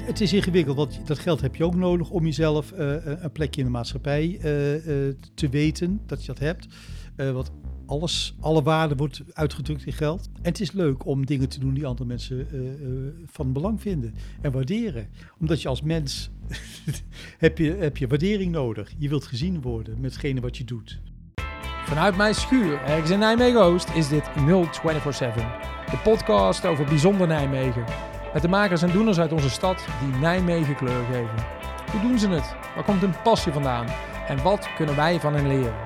Het is ingewikkeld, want dat geld heb je ook nodig om jezelf een plekje in de maatschappij te weten dat je dat hebt. Want alle waarde wordt uitgedrukt in geld. En het is leuk om dingen te doen die andere mensen van belang vinden en waarderen. Omdat je als mens heb je waardering nodig. Je wilt gezien worden met hetgene wat je doet. Vanuit mijn schuur, ergens in Nijmegen-Oost, is dit 0247. De podcast over bijzonder Nijmegen. Met de makers en doeners uit onze stad die Nijmegen kleur geven. Hoe doen ze het? Waar komt hun passie vandaan? En wat kunnen wij van hen leren?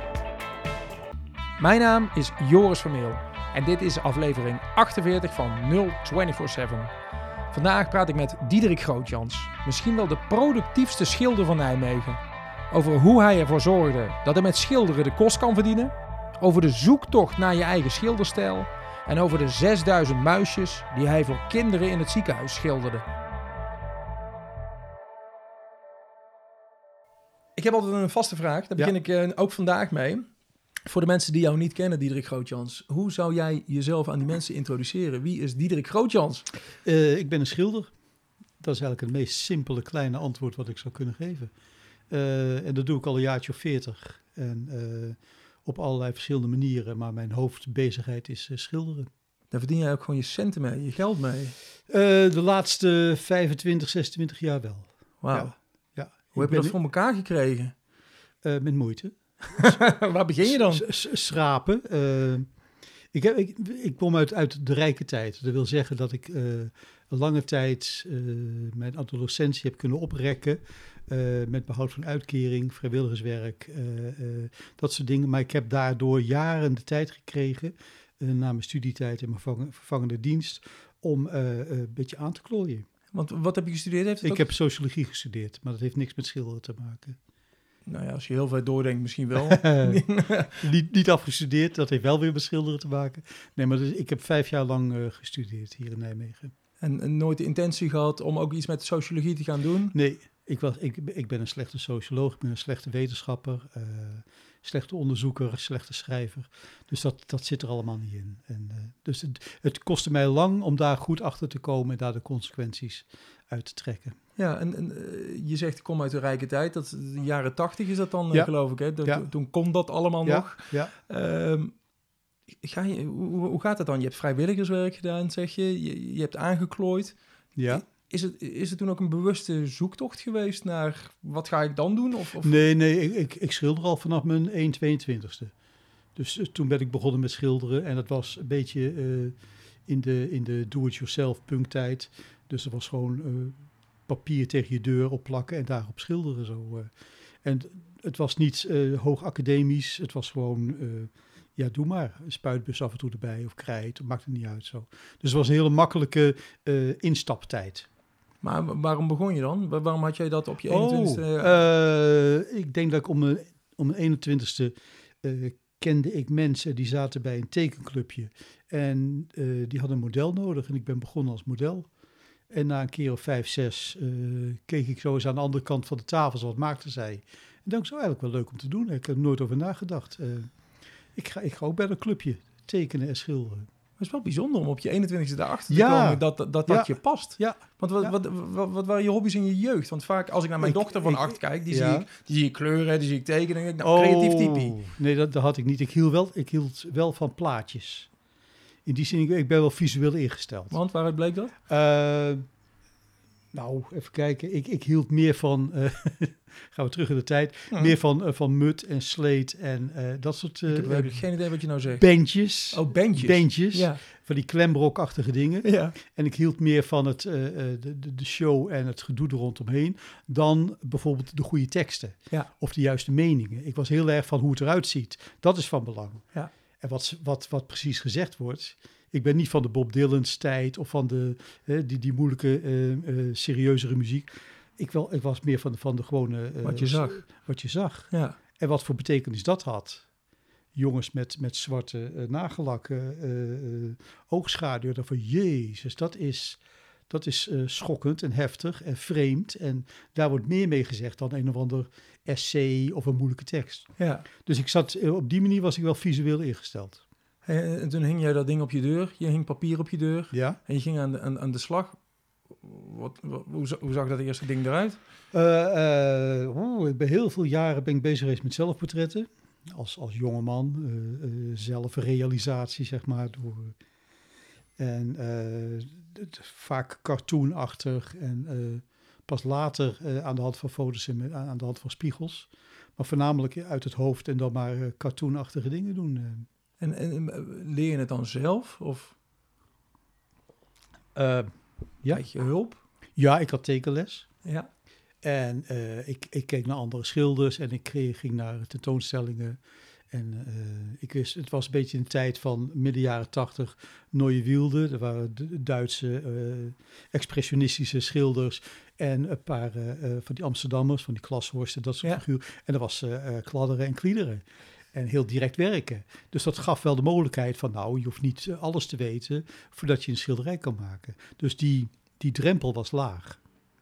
Mijn naam is Joris Vermeel en dit is aflevering 48 van 0247. Vandaag praat ik met Diederik Grootjans, misschien wel de productiefste schilder van Nijmegen. Over hoe hij ervoor zorgde dat hij met schilderen de kost kan verdienen. Over de zoektocht naar je eigen schilderstijl. En over de 6000 muisjes die hij voor kinderen in het ziekenhuis schilderde. Ik heb altijd een vaste vraag, daar begin ik ook vandaag mee. Voor de mensen die jou niet kennen, Diederik Grootjans. Hoe zou jij jezelf aan die mensen introduceren? Wie is Diederik Grootjans? Ik ben een schilder. Dat is eigenlijk het meest simpele kleine antwoord wat ik zou kunnen geven. En dat doe ik al een jaartje of 40. En op allerlei verschillende manieren. Maar mijn hoofdbezigheid is schilderen. Daar verdien jij ook gewoon je centen mee, je geld mee? De laatste 25, 26 jaar wel. Wauw. Ja. Hoe heb je dat voor elkaar gekregen? Met moeite. Waar begin je dan? Schrapen. Ik kom uit de rijke tijd. Dat wil zeggen dat ik een lange tijd mijn adolescentie heb kunnen oprekken. Met behoud van uitkering, vrijwilligerswerk, dat soort dingen. Maar ik heb daardoor jaren de tijd gekregen, na mijn studietijd en mijn vervangende dienst, om een beetje aan te klooien. Want wat heb je gestudeerd? Ik heb sociologie gestudeerd, maar dat heeft niks met schilderen te maken. Nou ja, als je heel veel doordenkt, misschien wel. niet afgestudeerd, dat heeft wel weer met schilderen te maken. Nee, maar ik heb 5 jaar lang gestudeerd hier in Nijmegen. En nooit de intentie gehad om ook iets met sociologie te gaan doen? Nee, ik ben een slechte socioloog, ik ben een slechte wetenschapper, slechte onderzoeker, slechte schrijver. Dus dat zit er allemaal niet in. Dus het kostte mij lang om daar goed achter te komen en daar de consequenties uit te trekken. Ja, en je zegt, ik kom uit de rijke tijd. Dat de jaren 80 is dat dan, geloof ik. Hè? Toen kon dat allemaal nog. Ja. Hoe gaat het dan? Je hebt vrijwilligerswerk gedaan, zeg je. Je hebt aangeklooid. Ja. Is het toen ook een bewuste zoektocht geweest naar wat ga ik dan doen? Of? Nee, ik schilder al vanaf mijn 1,22e. Dus toen ben ik begonnen met schilderen. En dat was een beetje in de do-it-yourself punktijd. Dus dat was gewoon papier tegen je deur opplakken en daarop schilderen. Zo. En het was niet hoog academisch. Het was gewoon, doe maar. Een spuitbus af en toe erbij of krijt. Dat maakt het niet uit zo. Dus het was een hele makkelijke instaptijd. Maar waarom begon je dan? Waarom had jij dat op je 21ste? Ik denk dat ik om mijn 21ste kende ik mensen die zaten bij een tekenclubje. En die hadden een model nodig en ik ben begonnen als model. En na een keer of 5, 6 keek ik zo eens aan de andere kant van de tafel zoals maakte zij. En dacht zo eigenlijk wel leuk om te doen. Ik heb er nooit over nagedacht. Ik ga ook bij een clubje tekenen en schilderen. Het is wel bijzonder om op je 21ste daarachter te komen dat je past. Ja. Want wat waren je hobby's in je jeugd? Want vaak als ik naar mijn dochter van 8 kijk, die zie ik kleuren, die zie ik tekenen. Creatief typie. Nee, dat had ik niet. Ik hield wel van plaatjes. In die zin, ik ben wel visueel ingesteld. Want waaruit bleek dat? Even kijken. Ik hield meer van, gaan we terug in de tijd, meer van mud en sleet en dat soort... ik heb eigenlijk geen idee wat je nou zegt. Bandjes. Oh, bandjes. Bandjes, van die klembrokachtige dingen. Ja. En ik hield meer van de show en het gedoe er rondomheen dan bijvoorbeeld de goede teksten. Ja. Of de juiste meningen. Ik was heel erg van hoe het eruit ziet. Dat is van belang. Ja. En wat precies gezegd wordt... Ik ben niet van de Bob Dylan's tijd of van die moeilijke, serieuzere muziek. Ik was meer van de gewone... Wat je zag. Ja. En wat voor betekenis dat had. Jongens met zwarte nagellakken, oogschaduw. Dan van, jezus, dat is schokkend en heftig en vreemd. En daar wordt meer mee gezegd dan een of ander essay of een moeilijke tekst. Ja. Dus op die manier was ik wel visueel ingesteld. En toen hing jij dat ding op je deur. Je hing papier op je deur. Ja. En je ging aan de slag. Hoe zag dat eerste ding eruit? Ik ben heel veel jaren bezig geweest met zelfportretten. Als jongeman. Zelfrealisatie, zeg maar. Vaak cartoonachtig. En pas later aan de hand van foto's en aan de hand van spiegels. Maar voornamelijk uit het hoofd en dan maar cartoonachtige dingen doen. En leer je het dan zelf? Of ja. Had je hulp? Ja, ik had tekenles. Ja. En ik keek naar andere schilders en ik ging naar tentoonstellingen. En ik wist, het was een beetje een tijd van midden jaren 80, Neue Wilde. Er waren Duitse expressionistische schilders en een paar van die Amsterdammers, van die Glashorsten, dat soort figuren. En dat was kladderen en kliederen. En heel direct werken. Dus dat gaf wel de mogelijkheid van, nou, je hoeft niet alles te weten voordat je een schilderij kan maken. Dus die drempel was laag.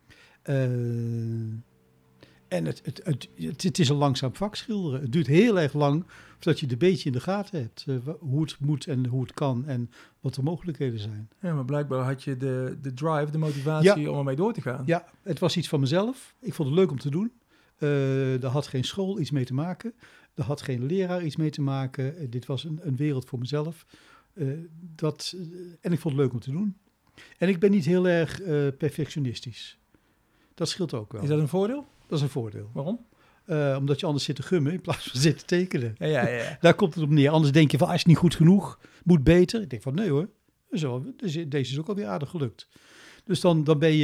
En het is een langzaam vak schilderen. Het duurt heel erg lang voordat je het een beetje in de gaten hebt. Hoe het moet en hoe het kan en wat de mogelijkheden zijn. Ja, maar blijkbaar had je de drive, de motivatie om ermee door te gaan. Ja, het was iets van mezelf. Ik vond het leuk om te doen. Daar had geen school iets mee te maken. Daar had geen leraar iets mee te maken. Dit was een wereld voor mezelf. En ik vond het leuk om te doen. En ik ben niet heel erg perfectionistisch. Dat scheelt ook wel. Is dat een voordeel? Dat is een voordeel. Waarom? Omdat je anders zit te gummen in plaats van zit te tekenen. Ja. Daar komt het op neer. Anders denk je van, als het niet goed genoeg, moet beter. Ik denk van, nee hoor. Deze is ook alweer aardig gelukt. Dus dan ben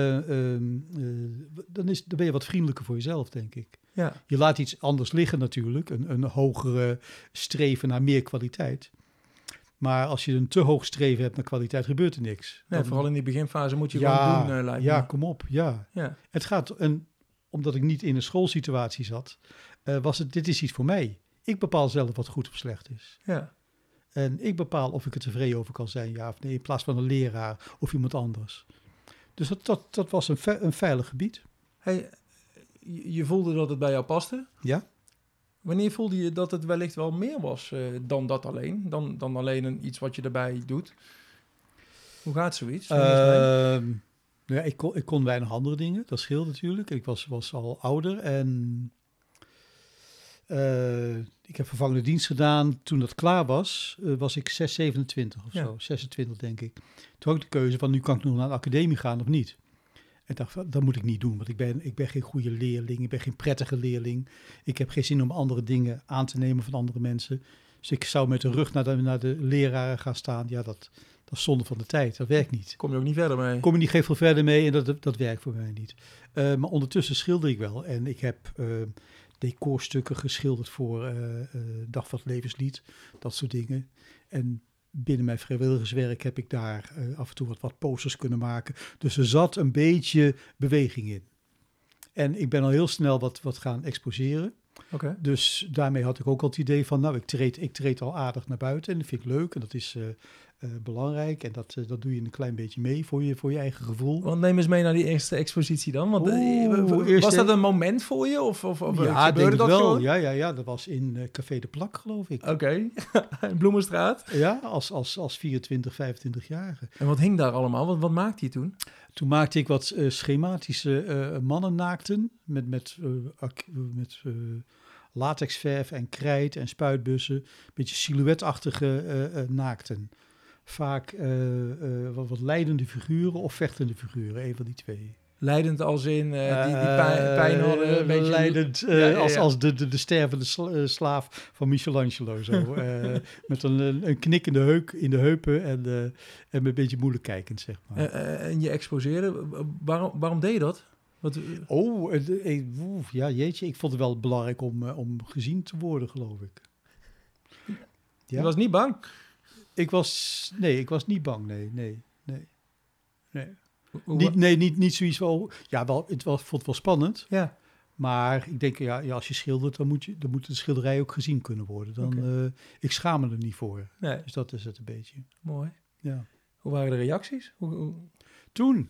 je wat vriendelijker voor jezelf, denk ik. Ja. Je laat iets anders liggen natuurlijk. Een hogere streven naar meer kwaliteit. Maar als je een te hoog streven hebt naar kwaliteit, gebeurt er niks. Nee, vooral in die beginfase moet je gewoon doen, lijkt me. Ja, kom op, ja. Het gaat, omdat ik niet in een schoolsituatie zat, dit is iets voor mij. Ik bepaal zelf wat goed of slecht is. Ja. En ik bepaal of ik er tevreden over kan zijn, ja of nee, in plaats van een leraar of iemand anders. Dus dat was een veilig gebied. Hey, je voelde dat het bij jou paste? Ja. Wanneer voelde je dat het wellicht wel meer was dan dat alleen? Dan alleen iets wat je erbij doet? Hoe gaat zoiets? Ik kon weinig andere dingen. Dat scheelt natuurlijk. Ik was al ouder en ik heb vervangende dienst gedaan. Toen dat klaar was, was ik 27 of zo. 26 denk ik. Toen had ik de keuze van, nu kan ik nog naar de academie gaan of niet. En dacht, dat moet ik niet doen, want ik ben geen goede leerling. Ik ben geen prettige leerling. Ik heb geen zin om andere dingen aan te nemen van andere mensen. Dus ik zou met de rug naar de leraren gaan staan. Ja, dat is zonde van de tijd. Dat werkt niet. Kom je ook niet verder mee? Kom je niet veel verder mee en dat werkt voor mij niet. Maar ondertussen schilder ik wel. En ik heb decorstukken geschilderd voor Dag van het Levenslied. Dat soort dingen. En binnen mijn vrijwilligerswerk heb ik daar af en toe wat posters kunnen maken. Dus er zat een beetje beweging in. En ik ben al heel snel wat gaan exposeren. Okay. Dus daarmee had ik ook al het idee van, nou, ik treed al aardig naar buiten. En dat vind ik leuk en dat is belangrijk. En dat doe je een klein beetje mee voor je eigen gevoel. Want neem eens mee naar die eerste expositie dan. Want was dat een moment voor je? Of ja, ik denk dat wel. Gewoon? Ja, dat was in Café de Plak, geloof ik. Oké, in Bloemenstraat? Ja, als 24, 25-jarige. En wat hing daar allemaal? Wat maakte je toen? Toen maakte ik wat schematische mannennaakten met latexverf en krijt en spuitbussen. Een beetje silhouetachtige naakten. Vaak wat lijdende figuren of vechtende figuren, een van die twee. Leidend als in die pijn hadden? Een beetje leidend als de stervende slaaf van Michelangelo. Zo. Met een knik in de heupen en een beetje moeilijk kijkend, zeg maar. En je exposeren, waarom deed je dat? Jeetje, ik vond het wel belangrijk om gezien te worden, geloof ik. Ja? Je was niet bang? Ik was niet bang, nee. Niet zoiets van, vond het wel spannend. Ja. Maar ik denk, als je schildert, dan moet de schilderij ook gezien kunnen worden. Ik schaam me er niet voor. Nee. Dus dat is het een beetje. Mooi. Ja. Hoe waren de reacties? Toen?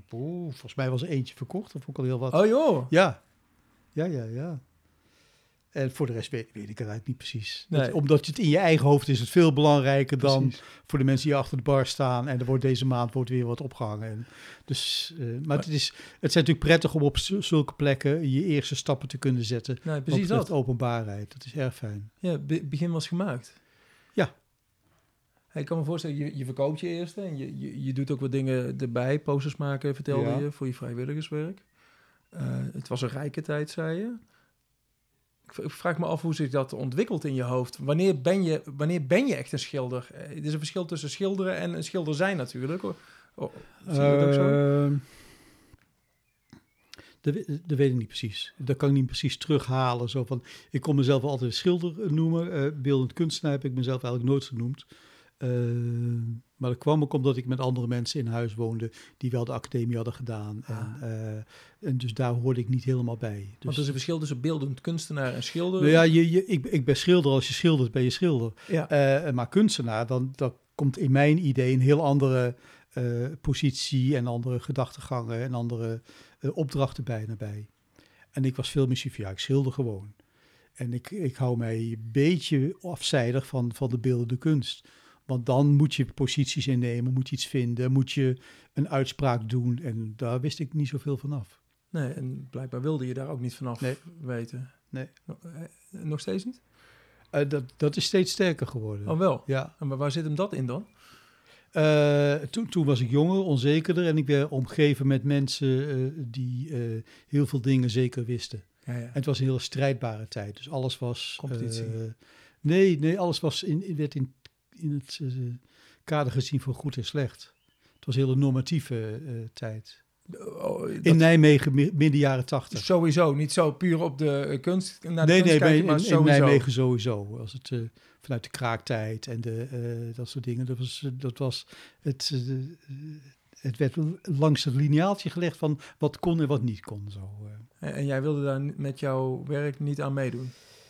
Volgens mij was er eentje verkocht. Dat vond ik al heel wat. Oh joh. Ja. En voor de rest weet ik het eigenlijk niet precies. Nee. Omdat je het in je eigen hoofd is het veel belangrijker dan voor de mensen die achter de bar staan. En er wordt deze maand weer wat opgehangen. En dus, maar het is natuurlijk prettig om op zulke plekken je eerste stappen te kunnen zetten. Nee, precies dat. Openbaarheid, dat is erg fijn. Ja, begin was gemaakt. Ja. Ik kan me voorstellen, je verkoopt je eerste en je doet ook wat dingen erbij. Posters maken, vertelde je, voor je vrijwilligerswerk. Het was een rijke tijd, zei je. Ik vraag me af hoe zich dat ontwikkelt in je hoofd. Wanneer ben je echt een schilder? Er is een verschil tussen schilderen en een schilder zijn natuurlijk. Zie je dat ook zo? Dat weet ik niet precies. Dat kan ik niet precies terughalen. Zo van, ik kon mezelf altijd een schilder noemen. Beeldend kunstenaar heb ik mezelf eigenlijk nooit genoemd. Maar dat kwam ook omdat ik met andere mensen in huis woonde die wel de academie hadden gedaan. En dus daar hoorde ik niet helemaal bij. Dus, want er is een verschil tussen beeldend kunstenaar en schilder? Nou ja, ik ben schilder. Als je schildert, ben je schilder. Ja. Maar kunstenaar, dan komt in mijn idee een heel andere positie en andere gedachtegangen en andere opdrachten bijna bij. En ik was veel meer ik schilder gewoon. En ik hou mij een beetje afzijdig van de beeldende kunst. Want dan moet je posities innemen, moet je iets vinden, moet je een uitspraak doen. En daar wist ik niet zoveel vanaf. Nee, en blijkbaar wilde je daar ook niet vanaf weten. Nee. Nog steeds niet? Dat is steeds sterker geworden. Oh wel? Ja. En waar zit hem dat in dan? Toen was ik jonger, onzekerder. En ik werd omgeven met mensen die heel veel dingen zeker wisten. Ja. En het was een hele strijdbare tijd. Dus alles was... Competitie? Nee, alles werd in het kader gezien van goed en slecht. Het was een hele normatieve tijd. In Nijmegen, midden jaren 80. Sowieso, niet zo puur op de kunst. Naar de nee, kunst kijken, maar in Nijmegen sowieso. Als het vanuit de kraaktijd en dat soort dingen. Dat was het werd langs het lineaaltje gelegd van wat kon en wat niet kon. Zo. En jij wilde daar met jouw werk niet aan meedoen?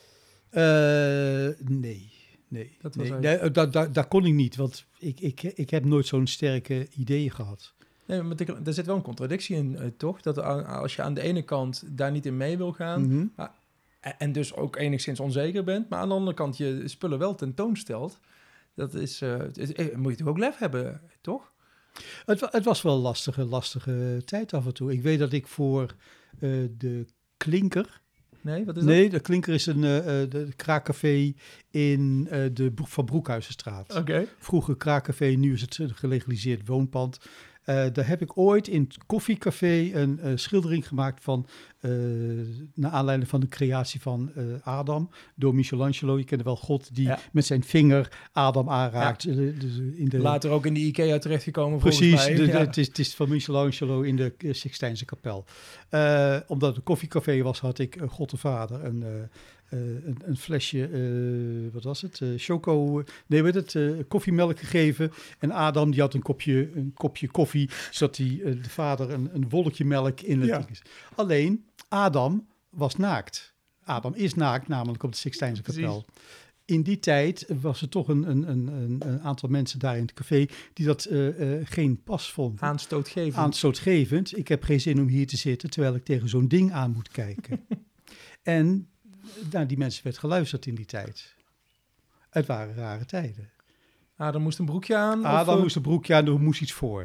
Nee. Daar kon ik niet, want ik heb nooit zo'n sterke ideeën gehad. Nee, maar er zit wel een contradictie in, toch? Dat als je aan de ene kant daar niet in mee wil gaan... en dus ook enigszins onzeker bent... maar aan de andere kant je spullen wel tentoonstelt... dat is... moet je toch ook lef hebben, toch? Het was wel een lastige tijd af en toe. Ik weet dat ik voor de Klinker... Nee, wat is dat? Nee, de Klinker is de kraakcafé in de Van Broekhuizenstraat. Okay. Vroeger kraakcafé, nu is het een gelegaliseerd woonpand. Daar heb ik ooit in het koffiecafé een schildering gemaakt van... naar aanleiding van de creatie van Adam door Michelangelo. Je kent wel God die met zijn vinger Adam aanraakt. Ja. Later ook in de IKEA terechtgekomen. Precies, volgens mij. Het is van Michelangelo in de Sixtijnse kapel. Omdat het een koffiecafé was, had ik God de Vader een flesje, wat was het? Koffiemelk gegeven. En Adam die had een kopje koffie, zodat de vader een wolkje melk in het ding is. Alleen, Adam was naakt. Adam is naakt, namelijk op de Sixtijnse kapel. In die tijd was er toch een aantal mensen daar in het café die dat geen pas vonden. Aanstootgevend. Ik heb geen zin om hier te zitten terwijl ik tegen zo'n ding aan moet kijken. En naar die mensen werd geluisterd in die tijd. Het waren rare tijden. Adam moest een broekje aan? Moest een broekje aan, er moest iets voor.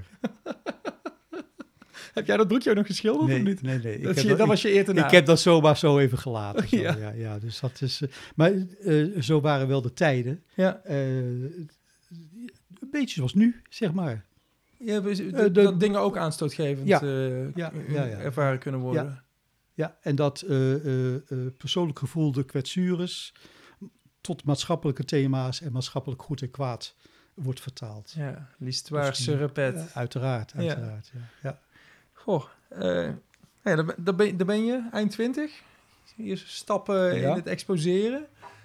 Heb jij dat broekje ook nog geschilderd of niet? Nee. Dat was je eer te na. Ik heb dat zomaar zo even gelaten. Zo. Ja, dus dat is... maar zo waren wel de tijden. Ja. Een beetje zoals nu, zeg maar. Ja, dat dingen ook aanstootgevend ervaren kunnen worden. Ja, en dat persoonlijk gevoelde kwetsures tot maatschappelijke thema's en maatschappelijk goed en kwaad wordt vertaald. Ja, l'histoire se répète. Uiteraard. Ja. Goh, daar ben je, eind 20. Eerste stappen in het exposeren.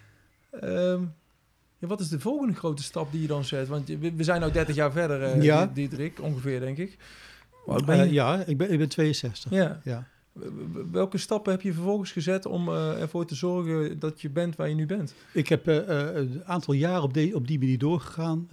Wat is de volgende grote stap die je dan zet? Want we zijn nou 30 jaar verder, Diederik, ongeveer, denk ik. Ik ben 62. Ja. Welke stappen heb je vervolgens gezet om ervoor te zorgen dat je bent waar je nu bent? Ik heb een aantal jaar op die manier doorgegaan.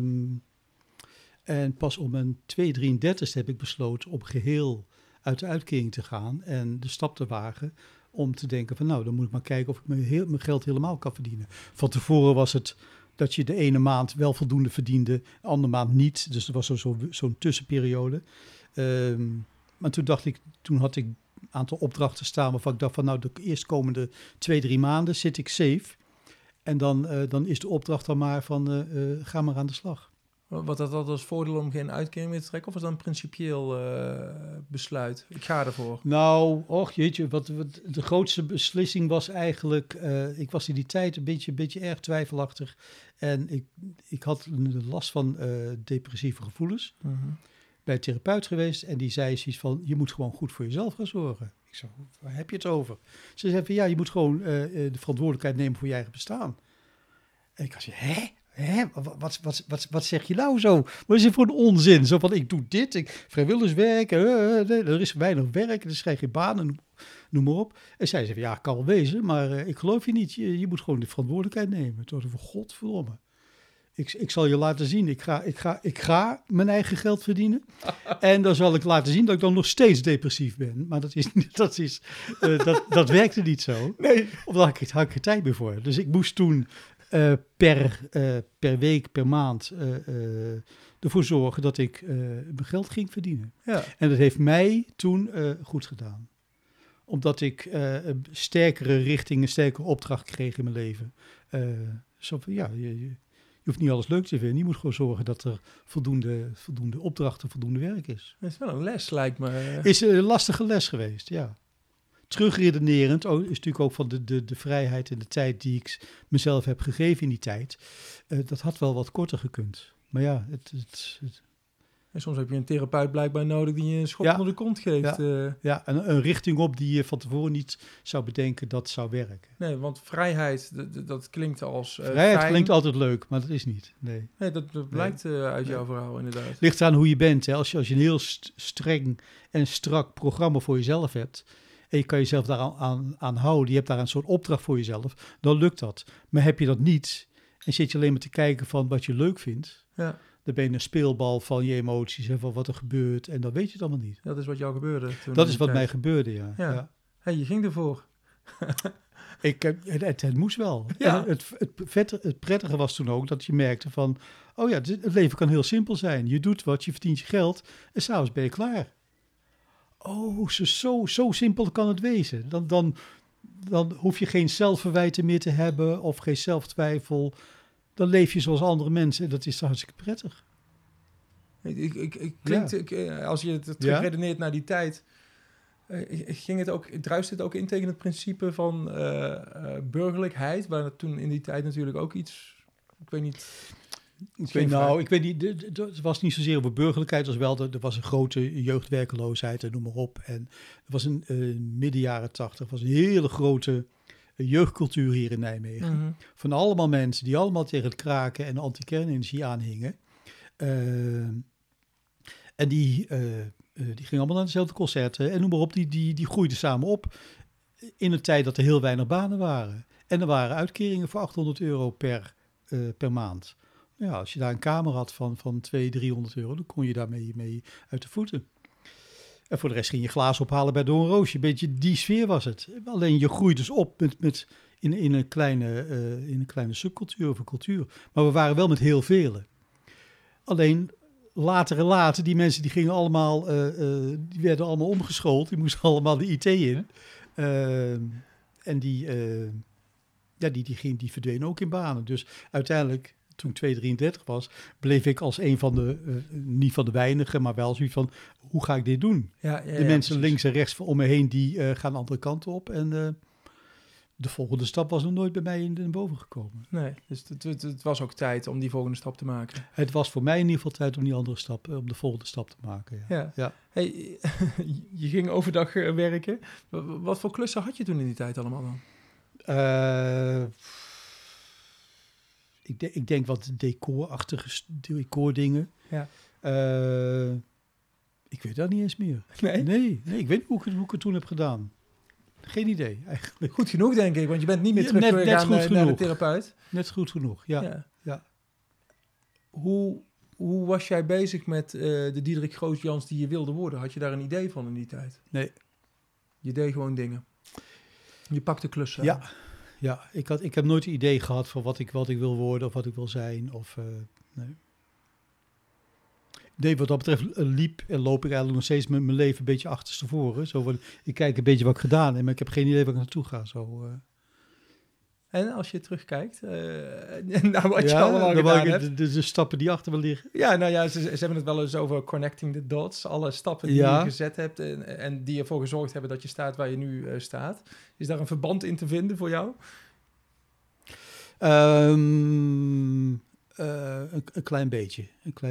En pas op mijn 33e heb ik besloten om geheel uit de uitkering te gaan en de stap te wagen om te denken van dan moet ik maar kijken of ik mijn geld helemaal kan verdienen. Van tevoren was het dat je de ene maand wel voldoende verdiende, de andere maand niet. Dus er was zo'n tussenperiode. Maar toen had ik een aantal opdrachten staan waarvan ik dacht van de eerstkomende 2-3 maanden zit ik safe. En dan is de opdracht dan maar van ga maar aan de slag. Wat had dat als voordeel om geen uitkering meer te trekken? Of was dat een principieel besluit? Ik ga ervoor. Jeetje, wat de grootste beslissing was eigenlijk... ik was in die tijd een beetje erg twijfelachtig. En ik had last van depressieve gevoelens. Uh-huh. Bij een therapeut geweest. En die zei zoiets van, je moet gewoon goed voor jezelf gaan zorgen. Ik zei, waar heb je het over? Ze zei van, je moet gewoon de verantwoordelijkheid nemen voor je eigen bestaan. En ik was, wat zeg je nou zo? Wat is dit voor een onzin? Zo van, ik doe dit, vrijwilligerswerk, er is weinig werk, er is geen banen, noem maar op. En zij zei van, kan wel wezen, maar ik geloof je niet. Je moet gewoon de verantwoordelijkheid nemen. Toen dacht ik van, godverdomme. Ik zal je laten zien, ik ga mijn eigen geld verdienen. En dan zal ik laten zien dat ik dan nog steeds depressief ben. Maar dat werkte niet zo. Nee. Of daar had ik er tijd meer voor. Dus ik moest toen... per week, per maand ervoor zorgen dat ik mijn geld ging verdienen. Ja. En dat heeft mij toen goed gedaan. Omdat ik een sterkere richting, een sterkere opdracht kreeg in mijn leven. Je hoeft niet alles leuk te vinden. Je moet gewoon zorgen dat er voldoende opdrachten, voldoende werk is. Dat is wel een les, lijkt me. Is een lastige les geweest, ja. Terugredenerend is natuurlijk ook van de vrijheid en de tijd die ik mezelf heb gegeven in die tijd. Dat had wel wat korter gekund. Maar ja, En soms heb je een therapeut blijkbaar nodig die je een schop onder de kont geeft. Ja, een richting op die je van tevoren niet zou bedenken dat zou werken. Nee, want vrijheid, dat klinkt als vrijheid fijn. Klinkt altijd leuk, maar dat is niet. Nee, dat blijkt uit jouw verhaal inderdaad. Ligt eraan hoe je bent. Hè. Als je een heel streng en strak programma voor jezelf hebt... en je kan jezelf daar aan houden, je hebt daar een soort opdracht voor jezelf, dan lukt dat. Maar heb je dat niet en zit je alleen maar te kijken van wat je leuk vindt, dan ben je een speelbal van je emoties en van wat er gebeurt en dan weet je het allemaal niet. Dat is wat jou gebeurde toen. Dat is wat mij gebeurde, ja. Hey, je ging ervoor. Het moest wel. Ja. Het prettige was toen ook dat je merkte van, het leven kan heel simpel zijn. Je doet wat, je verdient je geld en 's avonds ben je klaar. Zo simpel kan het wezen. Dan hoef je geen zelfverwijten meer te hebben of geen zelftwijfel. Dan leef je zoals andere mensen en dat is hartstikke prettig. Als je het terugredeneert naar die tijd, druist het ook in tegen het principe van burgerlijkheid, waar toen in die tijd natuurlijk ook iets, ik weet niet... Ik weet niet, het was niet zozeer over burgerlijkheid als wel, er was een grote jeugdwerkeloosheid en noem maar op. En er was midden jaren 80, was een hele grote jeugdcultuur hier in Nijmegen. Mm-hmm. Van allemaal mensen die allemaal tegen het kraken en de anti-kernenergie aanhingen. En die gingen allemaal naar dezelfde concerten en noem maar op, die groeiden samen op in een tijd dat er heel weinig banen waren. En er waren uitkeringen voor €800 per maand. Ja, als je daar een kamer had van €200-300, dan kon je daarmee mee uit de voeten. En voor de rest ging je glazen ophalen bij Doornroosje. Een beetje die sfeer was het. Alleen je groeit dus op in een kleine subcultuur of een cultuur. Maar we waren wel met heel velen. Alleen later, die mensen die gingen allemaal, die werden allemaal omgeschoold. Die moesten allemaal de IT in. En die verdwenen ook in banen. Dus uiteindelijk, toen ik 233 was, bleef ik als een van de, niet van de weinigen, maar wel zoiets van, hoe ga ik dit doen? De mensen precies. Links en rechts om me heen, die gaan de andere kant op. En de volgende stap was nog nooit bij mij in boven gekomen. Nee, dus het was ook tijd om die volgende stap te maken. Het was voor mij in ieder geval tijd om om de volgende stap te maken. Ja. Hey, je ging overdag werken. Wat voor klussen had je toen in die tijd allemaal dan? Ik denk wat decorachtige decordingen. Ja. Ik weet dat niet eens meer. Nee, ik weet niet hoe ik het toen heb gedaan. Geen idee, eigenlijk. Goed genoeg, denk ik, want je bent niet meer teruggegaan naar de therapeut. Net goed genoeg, ja. Hoe was jij bezig met de Diederik Groot-Jans die je wilde worden? Had je daar een idee van in die tijd? Nee. Je deed gewoon dingen? Je pakt de klussen. Ja. Ik heb nooit een idee gehad van wat ik wil worden of wat ik wil zijn. Nee, wat dat betreft loop ik eigenlijk nog steeds met mijn leven een beetje achterstevoren. Zo van, ik kijk een beetje wat ik gedaan heb, maar ik heb geen idee waar ik naartoe ga. En als je terugkijkt naar wat je allemaal gedaan hebt. De stappen die achter me liggen. Ja, nou ja, ze hebben het wel eens over connecting the dots. Alle stappen die je gezet hebt en die ervoor gezorgd hebben dat je staat waar je nu staat. Is daar een verband in te vinden voor jou? Een klein beetje.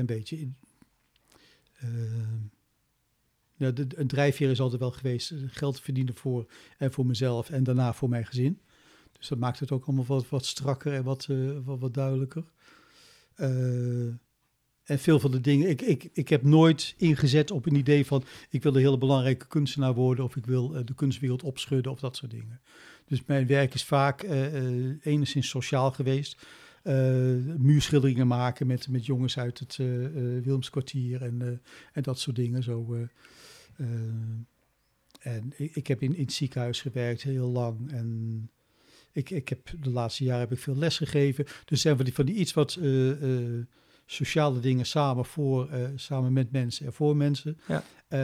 Een drijfveer is altijd wel geweest. Geld verdienen voor mezelf en daarna voor mijn gezin. Dus dat maakt het ook allemaal wat strakker en wat duidelijker. En veel van de dingen... Ik heb nooit ingezet op een idee van... ik wil een hele belangrijke kunstenaar worden... of ik wil de kunstwereld opschudden of dat soort dingen. Dus mijn werk is vaak enigszins sociaal geweest. Muurschilderingen maken met jongens uit het Willemskwartier en dat soort dingen. En ik heb in het ziekenhuis gewerkt heel lang en... Ik heb de laatste jaren heb ik veel les gegeven. Dus zijn van die iets wat sociale dingen samen met mensen en voor mensen. Ja.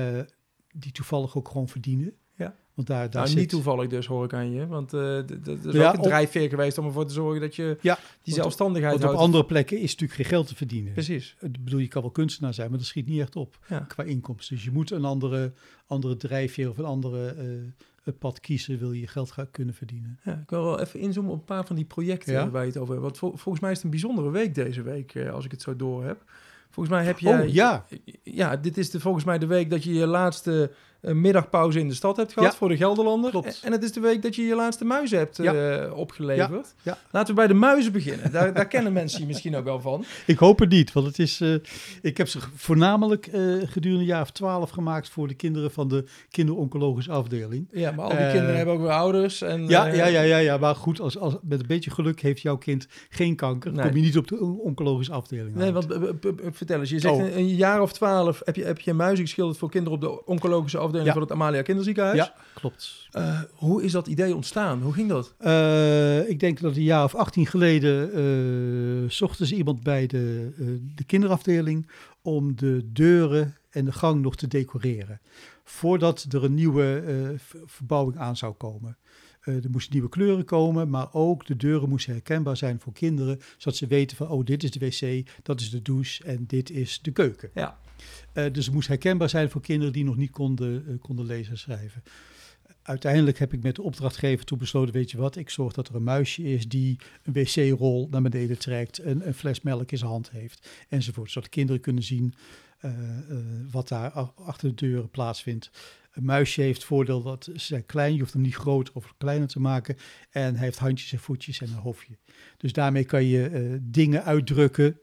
Die toevallig ook gewoon verdienen. Ja. Want daar niet toevallig dus, hoor ik aan je. Want dat is ook een drijfveer geweest om ervoor te zorgen dat je die zelfstandigheid houdt. Want op andere plekken is natuurlijk geen geld te verdienen. Precies. Ik bedoel, je kan wel kunstenaar zijn, maar dat schiet niet echt op qua inkomsten. Dus je moet een andere drijfveer of een andere... pad kiezen, wil je geld gaan kunnen verdienen. Ja, ik wil wel even inzoomen op een paar van die projecten waar je het over hebt. Want volgens mij is het een bijzondere week deze week, als ik het zo door heb. Volgens mij heb je... Ja, dit is volgens mij de week dat je je laatste middagpauze in de stad hebt gehad voor de Gelderlander. Klopt. En het is de week dat je je laatste muizen hebt opgeleverd. Ja. Laten we bij de muizen beginnen. Daar kennen mensen je misschien ook wel van. Ik hoop het niet, want het is... ik heb ze voornamelijk gedurende een jaar of 12 gemaakt voor de kinderen van de kinderoncologische afdeling. Ja, maar al die kinderen hebben ook weer ouders. En, ja, maar goed, als met een beetje geluk heeft jouw kind geen kanker. Dan kom je niet op de oncologische afdeling. Nee, want vertel eens, je zegt een jaar of 12 heb je muizen geschilderd voor kinderen op de oncologische afdeling van het Amalia Kinderziekenhuis. Ja, klopt. Hoe is dat idee ontstaan? Hoe ging dat? Ik denk dat een jaar of 18 geleden zochten ze iemand bij de kinderafdeling om de deuren en de gang nog te decoreren. Voordat er een nieuwe verbouwing aan zou komen. Er moesten nieuwe kleuren komen, maar ook de deuren moesten herkenbaar zijn voor kinderen, zodat ze weten van, dit is de wc, dat is de douche en dit is de keuken. Ja. Dus het moest herkenbaar zijn voor kinderen die nog niet konden lezen en schrijven. Uiteindelijk heb ik met de opdrachtgever toen besloten, weet je wat, ik zorg dat er een muisje is die een wc-rol naar beneden trekt, een fles melk in zijn hand heeft, enzovoort. Zodat kinderen kunnen zien wat daar achter de deuren plaatsvindt. Een muisje heeft het voordeel dat ze zijn klein, je hoeft hem niet groter of kleiner te maken. En hij heeft handjes en voetjes en een hoofdje. Dus daarmee kan je dingen uitdrukken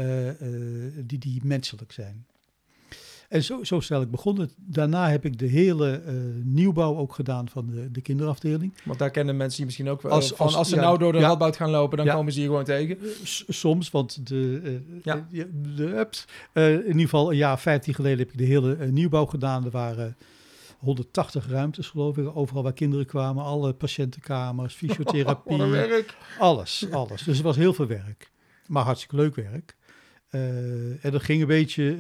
die menselijk zijn. En zo snel ik begonnen. Daarna heb ik de hele nieuwbouw ook gedaan van de kinderafdeling. Want daar kennen mensen misschien ook wel als ze nou door de Radboud gaan lopen, dan komen ze hier gewoon tegen. Soms, want in ieder geval een jaar 15 geleden heb ik de hele nieuwbouw gedaan. Er waren 180 ruimtes, geloof ik, overal waar kinderen kwamen. Alle patiëntenkamers, fysiotherapie. Wat een werk. Alles. Dus het was heel veel werk. Maar hartstikke leuk werk. En dat ging een beetje...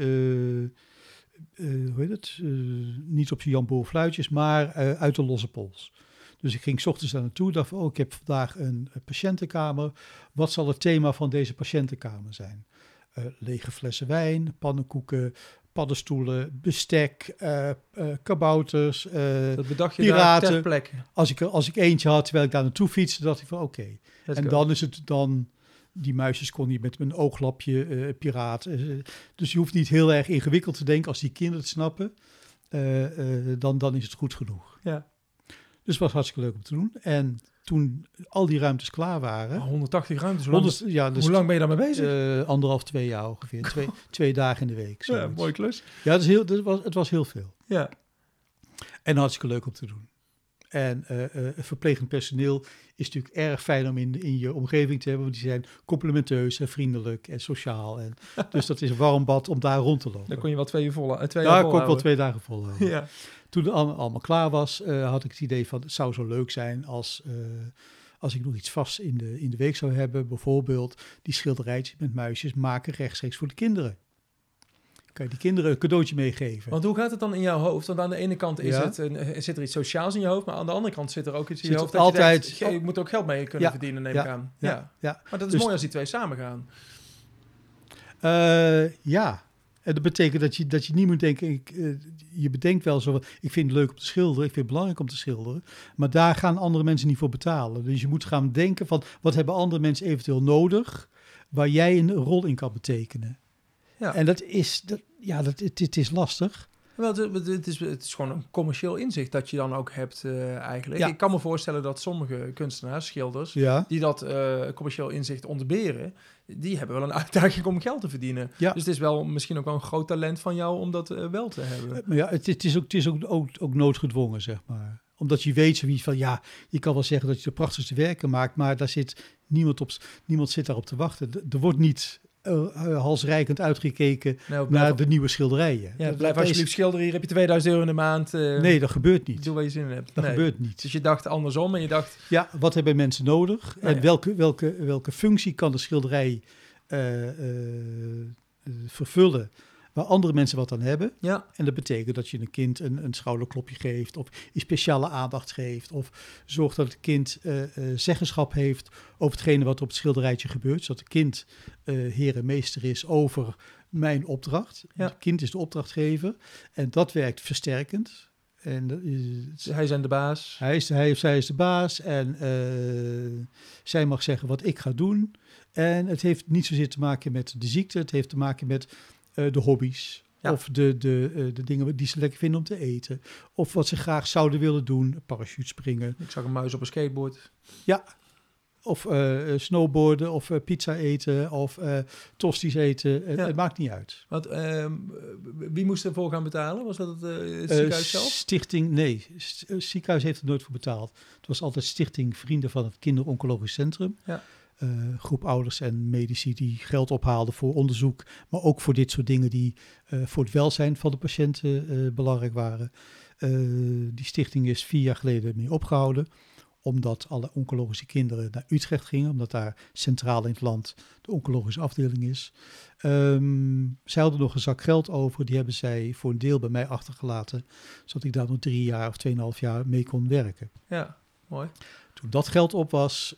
niet op zijn Jan Boer fluitjes, maar uit de losse pols. Dus ik ging 's ochtends daar naartoe, dacht ik heb vandaag een patiëntenkamer. Wat zal het thema van deze patiëntenkamer zijn? Lege flessen wijn, pannenkoeken, paddenstoelen, bestek, kabouters, dat bedacht je piraten. Daar ter plekke. Als ik eentje had, terwijl ik daar naartoe fietste, dacht ik van oké. En dan is het dan... Die muisjes kon niet met een ooglapje, piraat. Dus je hoeft niet heel erg ingewikkeld te denken. Als die kinderen het snappen, dan is het goed genoeg. Ja. Dus het was hartstikke leuk om te doen. En toen al die ruimtes klaar waren... 180 ruimtes? Hoe lang ben je daarmee bezig? 1,5, 2 jaar ongeveer. 2 dagen in de week. Ja, mooie klus. Ja, het was heel veel. Ja. En hartstikke leuk om te doen. En verplegend personeel is natuurlijk erg fijn om in je omgeving te hebben. Want die zijn complimenteus en vriendelijk en sociaal. Dus dat is een warm bad om daar rond te lopen. Dan kon je wel 2 jaar vol. Daar kon ik wel 2 dagen vol houden. Ja. Toen het allemaal klaar was, had ik het idee van... het zou zo leuk zijn als ik nog iets vast in de week zou hebben. Bijvoorbeeld die schilderijtjes met muisjes maken rechtstreeks voor de kinderen. Kan je die kinderen een cadeautje meegeven. Want hoe gaat het dan in jouw hoofd? Want aan de ene kant zit er iets sociaals in je hoofd, maar aan de andere kant zit er ook iets in je hoofd dat altijd, je denkt, je moet ook geld mee kunnen verdienen, neem ik aan. Ja. Maar dat is mooi als die twee samen gaan. Ja. En dat betekent dat je niet moet denken... je bedenkt wel zo... ik vind het leuk om te schilderen, ik vind het belangrijk om te schilderen... maar daar gaan andere mensen niet voor betalen. Dus je moet gaan denken van... wat hebben andere mensen eventueel nodig... waar jij een rol in kan betekenen. Ja. En het is lastig. Wel, het is gewoon een commercieel inzicht dat je dan ook hebt eigenlijk. Ja. Ik kan me voorstellen dat sommige kunstenaars, schilders... die dat commercieel inzicht ontberen... die hebben wel een uitdaging om geld te verdienen. Ja. Dus het is wel misschien ook wel een groot talent van jou om dat wel te hebben. Maar ja, het is ook noodgedwongen, zeg maar. Omdat je weet zoiets van, je kan wel zeggen dat je de prachtigste werken maakt... maar daar zit niemand zit daarop te wachten. Er wordt niet... halsreikend uitgekeken naar de nieuwe schilderijen. Ja, blijf alsjeblieft schilderen, hier heb je €2000 in de maand. Nee, dat gebeurt niet. Doe waar je zin in hebt. Dat gebeurt niet. Dus je dacht andersom en je dacht... Ja, wat hebben mensen nodig? En welke functie kan de schilderij vervullen... waar andere mensen wat aan hebben. Ja. En dat betekent dat je een kind een schouderklopje geeft... of je speciale aandacht geeft... of zorgt dat het kind zeggenschap heeft... over hetgene wat op het schilderijtje gebeurt... zodat het kind heer en meester is over mijn opdracht. Ja. Het kind is de opdrachtgever. En dat werkt versterkend. En hij is de baas. Hij of zij is de baas. En zij mag zeggen wat ik ga doen. En het heeft niet zozeer te maken met de ziekte. Het heeft te maken met... de hobby's of de dingen die ze lekker vinden om te eten. Of wat ze graag zouden willen doen. Parachutespringen. Ik zag een muis op een skateboard. Ja. Of snowboarden of pizza eten of tosti's eten. Het maakt niet uit. Want, wie moest ervoor gaan betalen? Was dat het ziekenhuis zelf? Stichting, nee. Het ziekenhuis heeft er nooit voor betaald. Het was altijd Stichting Vrienden van het Kinderoncologisch Centrum. Ja. Groep ouders en medici die geld ophaalden voor onderzoek, maar ook voor dit soort dingen die voor het welzijn van de patiënten belangrijk waren. Die stichting is 4 jaar geleden mee opgehouden, omdat alle oncologische kinderen naar Utrecht gingen, omdat daar centraal in het land de oncologische afdeling is. Zij hadden nog een zak geld over, die hebben zij voor een deel bij mij achtergelaten, zodat ik daar nog 3 jaar of 2,5 jaar mee kon werken. Ja, mooi. Toen dat geld op was,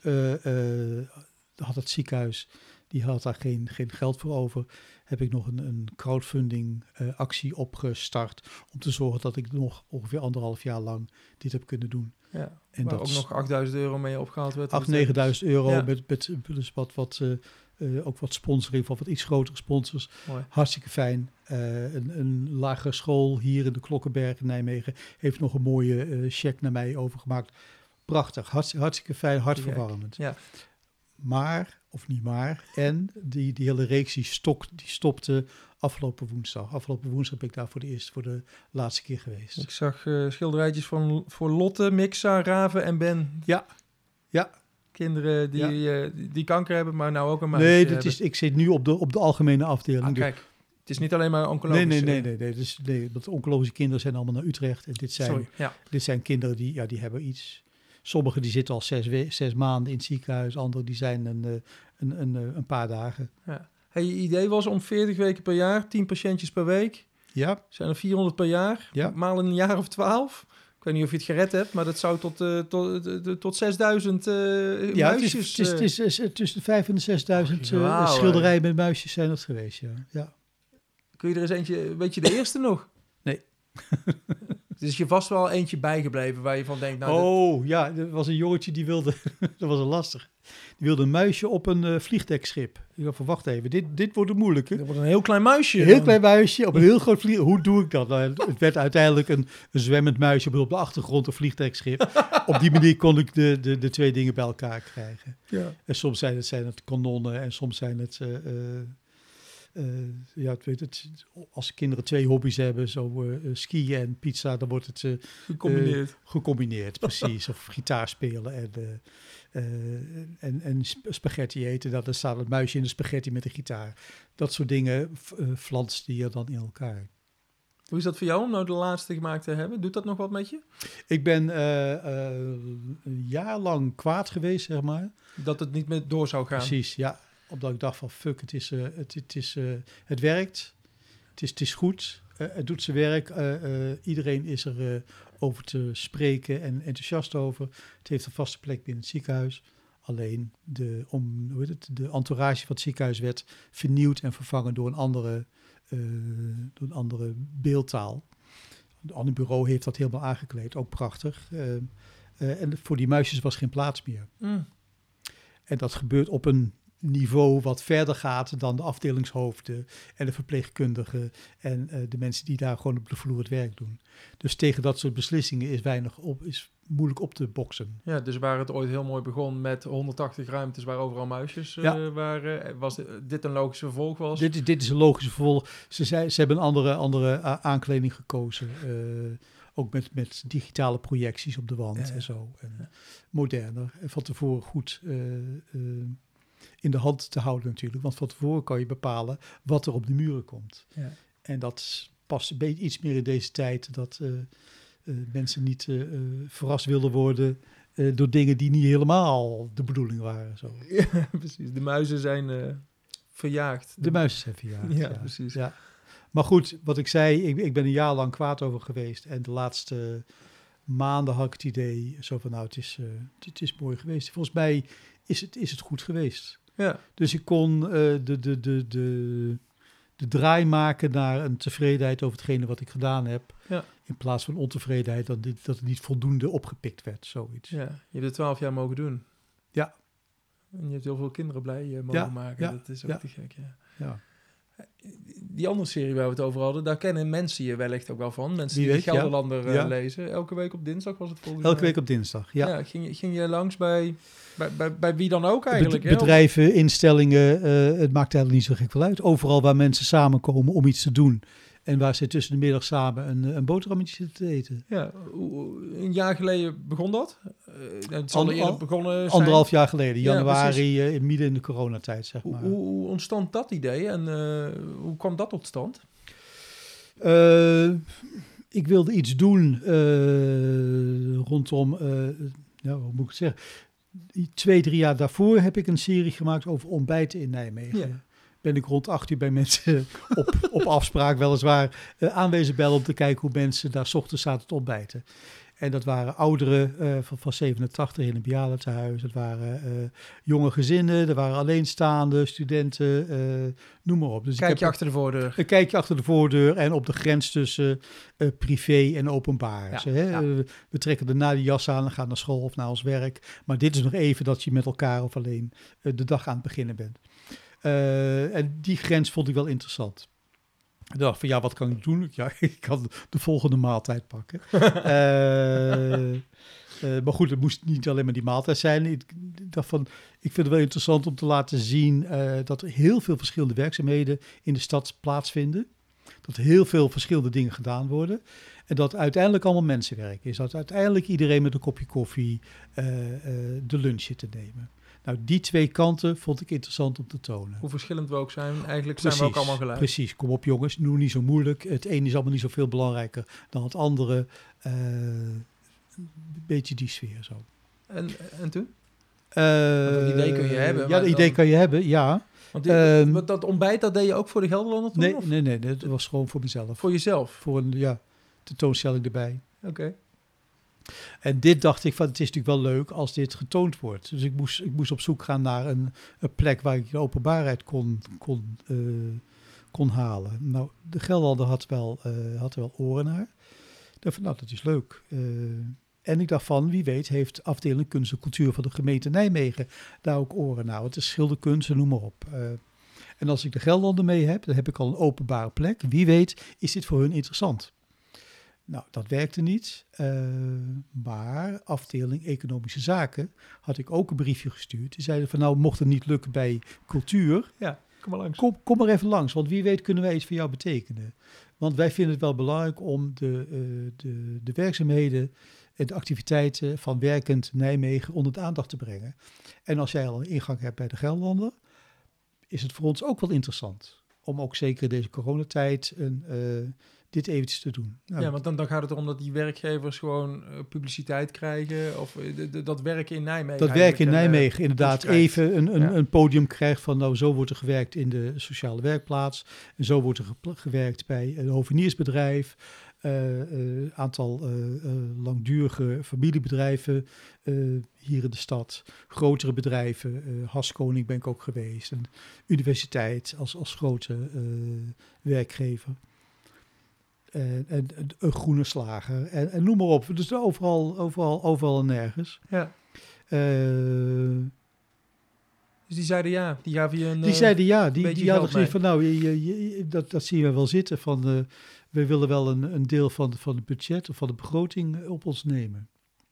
had het ziekenhuis, die had daar geen geld voor over, heb ik nog een crowdfunding actie opgestart om te zorgen dat ik nog ongeveer 1,5 jaar lang dit heb kunnen doen. Ja, en waar ook nog €8.000 mee opgehaald werd. €9.000 met dus ook wat sponsoring van wat iets grotere sponsors. Mooi. Hartstikke fijn. Een lagere school hier in de Klokkenberg in Nijmegen heeft nog een mooie cheque naar mij overgemaakt. Prachtig, hartstikke fijn, hartverwarmend. Ja. Maar, of niet maar, en die hele reeks die stopte afgelopen woensdag. Afgelopen woensdag ben ik daar voor de laatste keer geweest. Ik zag schilderijtjes voor Lotte, Mixa, Raven en Ben. Ja. Kinderen die kanker hebben, maar nou ook een muisje hebben. Ik zit nu op de algemene afdeling. Ah, kijk, het is niet alleen maar oncologisch. Nee. Want oncologische kinderen zijn allemaal naar Utrecht. En dit zijn kinderen die hebben iets. Sommigen die zitten al 6 maanden in het ziekenhuis. Anderen die zijn een paar dagen. Ja. Hey, je idee was om 40 weken per jaar, 10 patiëntjes per week. Ja. Zijn er 400 per jaar. Ja. Maal een jaar of 12. Ik weet niet of je het gered hebt, maar dat zou tot 6.000 muisjes... Ja, het is tussen 5.000 en 6.000 schilderijen met muisjes zijn dat geweest, ja. Kun je er eens eentje... Weet je de eerste nog? Nee. Er is je vast wel eentje bijgebleven waar je van denkt... Ja, er was een jongetje die wilde... dat was een lastig. Die wilde een muisje op een vliegdekschip. Ik dacht van, wacht even, dit wordt een moeilijke. Dat wordt een heel klein muisje. Een heel klein muisje op een heel groot vliegdek. Hoe doe ik dat? Nou, het werd uiteindelijk een zwemmend muisje op de achtergrond een vliegdekschip. Op die manier kon ik de 2 dingen bij elkaar krijgen. Ja. En soms zijn het kanonnen en soms zijn het ik weet het, als kinderen 2 hobby's hebben, zo skiën en pizza, dan wordt het gecombineerd, precies. Of gitaar spelen en spaghetti eten. Dan staat het muisje in de spaghetti met de gitaar. Dat soort dingen flanst je dan in elkaar. Hoe is dat voor jou om nou de laatste gemaakt te hebben? Doet dat nog wat met je? Ik ben een jaar lang kwaad geweest, zeg maar. Dat het niet meer door zou gaan? Precies, ja. Omdat ik dacht van fuck, het werkt. Het is goed. Het doet zijn werk. Iedereen is er over te spreken en enthousiast over. Het heeft een vaste plek binnen het ziekenhuis. Alleen de entourage van het ziekenhuis werd vernieuwd en vervangen door een andere beeldtaal. Een ander bureau heeft dat helemaal aangekleed, ook prachtig. En voor die muisjes was geen plaats meer. En dat gebeurt op een niveau wat verder gaat dan de afdelingshoofden en de verpleegkundigen en de mensen die daar gewoon op de vloer het werk doen. Dus tegen dat soort beslissingen is moeilijk op te boksen. Ja, dus waar het ooit heel mooi begon met 180 ruimtes waar overal muisjes waren, was dit een logische vervolg was? Dit is een logische vervolg. Ze hebben een andere aankleding gekozen. Ook met digitale projecties op de wand en zo. En moderner. En van tevoren goed in de hand te houden natuurlijk. Want van tevoren kan je bepalen wat er op de muren komt. Ja. En dat past een beetje iets meer in deze tijd. Dat mensen niet verrast willen worden door dingen die niet helemaal de bedoeling waren. Zo. Ja, precies. De muizen zijn verjaagd. De muizen zijn verjaagd, ja. Precies. Ja. Maar goed, wat ik zei, ik ben een jaar lang kwaad over geweest. En de laatste maanden had ik het idee, zo van nou, het is mooi geweest. Volgens mij is het goed geweest. Ja. Dus ik kon de draai maken naar een tevredenheid over hetgene wat ik gedaan heb. Ja. In plaats van ontevredenheid dat het niet voldoende opgepikt werd, zoiets. Ja, je hebt het 12 jaar mogen doen. Ja. En je hebt heel veel kinderen blij mogen maken. Ja. Dat is ook te gek, ja. Die andere serie waar we het over hadden, daar kennen mensen je wellicht ook wel van. Mensen die Gelderlander lezen. Elke week op dinsdag was het volgens mij. Elke week op dinsdag, ja. Ging je langs bij wie dan ook eigenlijk? Bedrijven, instellingen, het maakt eigenlijk niet zo gek veel uit. Overal waar mensen samenkomen om iets te doen. En waar ze tussen de middag samen een boterhammetje zitten te eten. Ja, een jaar geleden begon dat? Het zal eerder begonnen zijn. 1,5 jaar geleden, januari, midden in de coronatijd, zeg maar. Hoe ontstond dat idee en hoe kwam dat tot stand? Ik wilde iets doen rondom, hoe moet ik het zeggen? 2-3 jaar daarvoor heb ik een serie gemaakt over ontbijten in Nijmegen. Ja. Ben ik rond 8 uur bij mensen op afspraak weliswaar aanwezig bellen om te kijken hoe mensen daar 's ochtends zaten te ontbijten. En dat waren ouderen van 87 in een bejaardentehuis. Dat waren jonge gezinnen, er waren alleenstaande studenten, noem maar op. Dus kijkje achter de voordeur. Een kijkje achter de voordeur en op de grens tussen privé en openbaar. Ja, we trekken daarna de jas aan en gaan naar school of naar ons werk. Maar dit is nog even dat je met elkaar of alleen de dag aan het beginnen bent. En die grens vond ik wel interessant. Ik dacht van wat kan ik doen? Ja, ik kan de volgende maaltijd pakken. Maar goed, het moest niet alleen maar die maaltijd zijn. Ik dacht van, ik vind het wel interessant om te laten zien dat er heel veel verschillende werkzaamheden in de stad plaatsvinden. Dat er heel veel verschillende dingen gedaan worden. En dat uiteindelijk allemaal mensenwerk is. Dat uiteindelijk iedereen met een kopje koffie de lunch zit te nemen. Nou, die 2 kanten vond ik interessant om te tonen. Hoe verschillend we ook zijn, eigenlijk zijn we ook allemaal gelijk. Precies, kom op jongens, doe niet zo moeilijk. Het een is allemaal niet zoveel belangrijker dan het andere. Een beetje die sfeer zo. En toen? Dat idee kun je hebben. Ja, dat idee kan je hebben, ja. Want dat ontbijt, dat deed je ook voor de Gelderlander toen? Nee, dat was gewoon voor mezelf. Voor jezelf? Voor een tentoonstelling erbij. Oké. En dit dacht ik van, het is natuurlijk wel leuk als dit getoond wordt. Dus ik moest op zoek gaan naar een plek waar ik de openbaarheid kon halen. Nou, de Gelderlander had er wel oren naar. Ik dacht van, dat is leuk. En ik dacht van, wie weet heeft afdeling kunst en cultuur van de gemeente Nijmegen daar ook oren naar. Het is schilderkunst en noem maar op. En als ik de Gelderlander mee heb, dan heb ik al een openbare plek. Wie weet is dit voor hun interessant. Nou, dat werkte niet, maar afdeling Economische Zaken had ik ook een briefje gestuurd. Die zeiden van mocht het niet lukken bij cultuur, Kom maar langs. Kom maar even langs, want wie weet kunnen wij iets voor jou betekenen. Want wij vinden het wel belangrijk om de werkzaamheden en de activiteiten van Werkend Nijmegen onder de aandacht te brengen. En als jij al een ingang hebt bij de Gelderlander, is het voor ons ook wel interessant om ook zeker in deze coronatijd dit eventjes te doen. Nou, ja, want dan gaat het erom dat die werkgevers gewoon publiciteit krijgen of dat werken in Nijmegen. Dat werken in Nijmegen inderdaad even een podium krijgt van nou zo wordt er gewerkt in de sociale werkplaats en zo wordt er gewerkt bij een hoveniersbedrijf, aantal langdurige familiebedrijven hier in de stad, grotere bedrijven, Haskoning ben ik ook geweest, een universiteit als grote werkgever. En een groene slager en noem maar op. Dus overal en nergens. Ja. Dus die zeiden ja. Die gaven je een Die zeiden ja. Die hadden gezegd van dat zien we wel zitten. Van we willen wel een deel van het budget of van de begroting op ons nemen.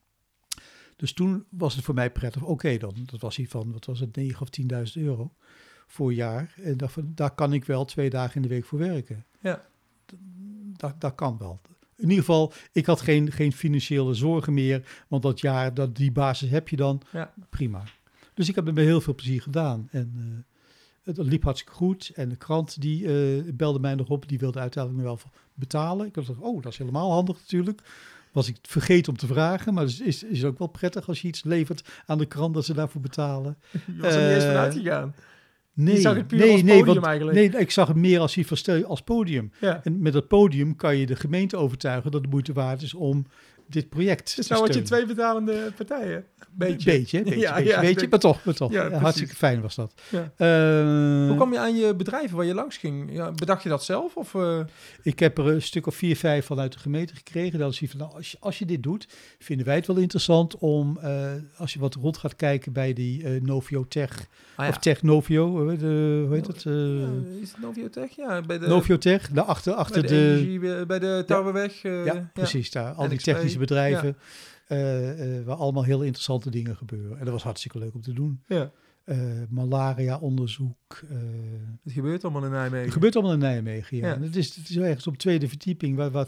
Dus toen was het voor mij prettig. Oké dan. Dat was hier van, wat was het, 9.000 of 10.000 euro voor een jaar. En daar kan ik wel 2 dagen in de week voor werken. Ja. Dat kan wel. In ieder geval, ik had geen financiële zorgen meer. Want dat jaar, die basis heb je dan. Ja. Prima. Dus ik heb het met heel veel plezier gedaan. En het liep hartstikke goed. En de krant die belde mij nog op. Die wilde uiteindelijk me wel betalen. Ik dacht, dat is helemaal handig natuurlijk. Was ik vergeten om te vragen. Maar het is ook wel prettig als je iets levert aan de krant dat ze daarvoor betalen. Je was er niet eens vanuit gegaan. Nee, je zag het puur als podium eigenlijk. Nee, ik zag het meer als podium. Ja. En met dat podium kan je de gemeente overtuigen dat het moeite waard is om dit project te steunen. Dus nou had je 2 betalende partijen. Beetje, maar toch. Ja, hartstikke fijn was dat. Ja. Hoe kwam je aan je bedrijven waar je langs ging? Ja, bedacht je dat zelf? Of, Ik heb er een stuk of 4, 5 vanuit de gemeente gekregen. Dan zie je van, als je dit doet, vinden wij het wel interessant om, als je wat rond gaat kijken bij die Novio Tech, of Tech Novio, hoe heet het? Is het Novio Tech? Ja, bij de Novio Tech, daarachter bij de Touwenweg. Precies, daar. Al die technische bedrijven. Waar allemaal heel interessante dingen gebeuren. En dat was hartstikke leuk om te doen. Ja. Malaria-onderzoek. Het gebeurt allemaal in Nijmegen. Het gebeurt allemaal in Nijmegen, ja. En het is ergens op 2e verdieping waar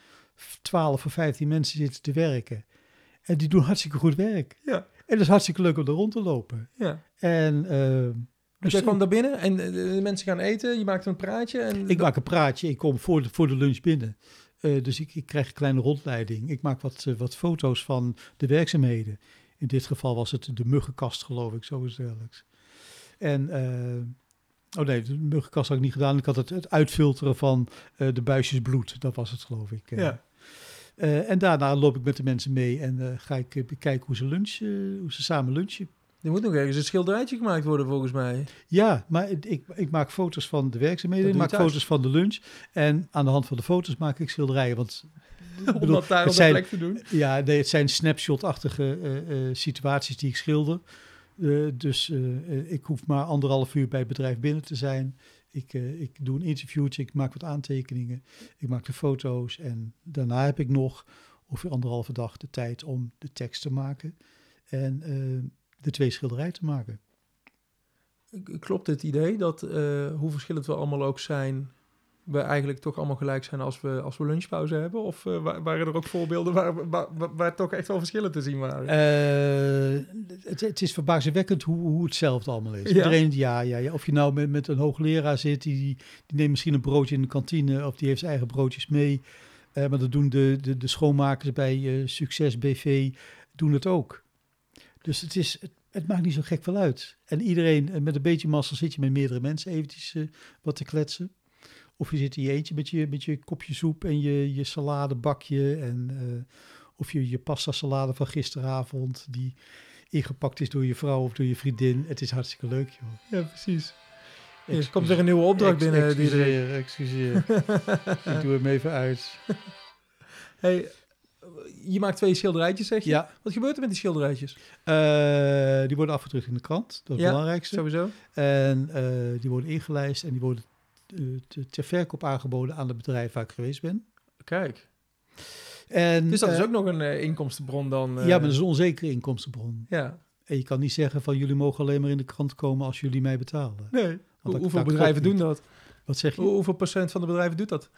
12 of 15 mensen zitten te werken. En die doen hartstikke goed werk. Ja. En het is hartstikke leuk om er rond te lopen. Ja. En dus jij kwam daar binnen en de mensen gaan eten. Je maakt een praatje. En ik maak een praatje. Ik kom voor de lunch binnen. Dus ik krijg een kleine rondleiding. Ik maak wat foto's van de werkzaamheden. In dit geval was het de muggenkast, geloof ik, zoiets dergelijks. En, de muggenkast had ik niet gedaan. Ik had het uitfilteren van de buisjes bloed. Dat was het, geloof ik. Ja. En daarna loop ik met de mensen mee en ga ik bekijken hoe ze samen lunchen. Er moet nog ergens een schilderijtje gemaakt worden, volgens mij. Ja, maar ik maak foto's van de werkzaamheden, ik maak foto's van de lunch. En aan de hand van de foto's maak ik schilderijen. Want, om dat daar op de plek te doen? Ja, nee, het zijn snapshot-achtige situaties die ik schilder. Dus ik hoef maar 1,5 uur bij het bedrijf binnen te zijn. Ik doe een interviewtje, ik maak wat aantekeningen. Ik maak de foto's en daarna heb ik nog ongeveer 1,5 dag de tijd om de tekst te maken. En de 2 schilderijen te maken. Klopt het idee dat hoe verschillend we allemaal ook zijn, we eigenlijk toch allemaal gelijk zijn als we lunchpauze hebben? Of waren er ook voorbeelden waar toch echt wel verschillen te zien waren? Het is verbazingwekkend hoe hetzelfde allemaal is. Ja. Iedereen, ja. Of je nou met een hoogleraar zit, die neemt misschien een broodje in de kantine of die heeft zijn eigen broodjes mee. Maar dat doen de schoonmakers bij Succes BV, doen het ook. Dus het maakt niet zo gek veel uit. En iedereen, met een beetje mazzel zit je met meerdere mensen eventjes wat te kletsen. Of je zit in je eentje met je kopje soep en je saladebakje. En of je pasta salade van gisteravond die ingepakt is door je vrouw of door je vriendin. Het is hartstikke leuk, joh. Ja, precies. Er komt er een nieuwe opdracht binnen. Excuseer. Ik doe hem even uit. Hey, je maakt 2 schilderijtjes, zeg je? Ja. Wat gebeurt er met die schilderijtjes? Die worden afgedrukt in de krant. Dat is het belangrijkste. Sowieso. En die worden ingelijst en die worden ter verkoop aangeboden aan het bedrijf waar ik geweest ben. Kijk. En, dus dat is ook nog een inkomstenbron dan? Ja, maar dat is een onzekere inkomstenbron. Ja. En je kan niet zeggen van jullie mogen alleen maar in de krant komen als jullie mij betalen. Nee. Hoeveel bedrijven doen dat? Wat zeg je? Hoeveel procent van de bedrijven doet dat?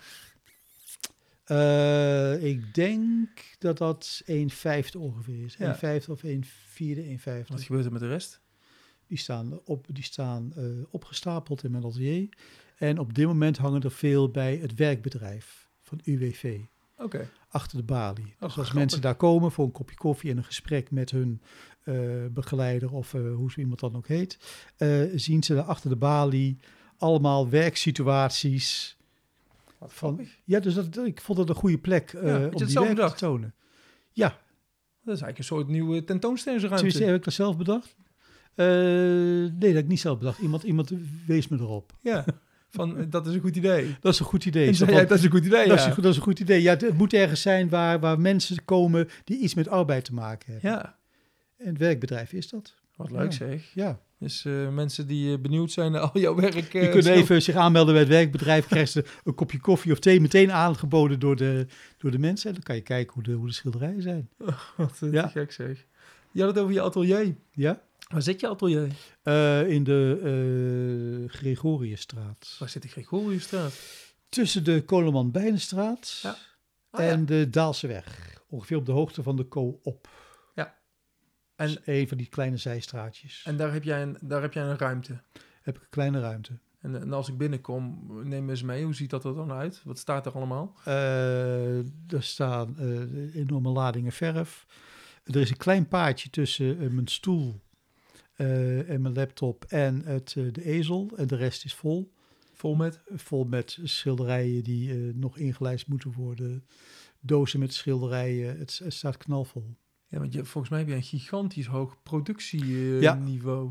Ik denk dat 1/5 ongeveer is. 1/5 of 1/4, 1/5. Wat gebeurt er met de rest? Die staan opgestapeld in mijn atelier. En op dit moment hangen er veel bij het werkbedrijf van UWV. Okay. Achter de balie. Dus als mensen daar komen voor een kopje koffie en een gesprek met hun begeleider of hoe zo iemand dan ook heet, zien ze daar achter de balie allemaal werksituaties. Ja, dus ik vond het een goede plek om die werk te tonen. Ja. Dat is eigenlijk een soort nieuwe tentoonstellingsruimte. Tenminste, heb ik dat zelf bedacht? Nee, dat heb ik niet zelf bedacht. Iemand wees me erop. Ja, dat is een goed idee. Dat is een goed idee. Dat is een goed idee, dat is een goed idee. Ja, het moet ergens zijn waar mensen komen die iets met arbeid te maken hebben. Ja. En het werkbedrijf is dat. Wat leuk zeg. Ja. Dus mensen die benieuwd zijn naar al jouw werk... Die kunnen even zich aanmelden bij het werkbedrijf. Krijgen ze een kopje koffie of thee meteen aangeboden door de mensen. En dan kan je kijken hoe de schilderijen zijn. Wat gek zeg. Je had het over je atelier. Ja. Waar zit je atelier? In de Gregoriusstraat. Waar zit de Gregoriusstraat? Tussen de Koleman-Bijnenstraat en de Daalseweg. Ongeveer op de hoogte van de Co-op. Ja. En dus een van die kleine zijstraatjes. En daar heb jij een ruimte? Heb ik een kleine ruimte. En als ik binnenkom, neem me eens mee. Hoe ziet dat er dan uit? Wat staat er allemaal? Er staan enorme ladingen verf. Er is een klein paadje tussen mijn stoel en mijn laptop en de ezel. En de rest is vol. Vol met schilderijen die nog ingelijst moeten worden. Dozen met schilderijen. Het staat knalvol. Ja, want volgens mij heb je een gigantisch hoog productieniveau.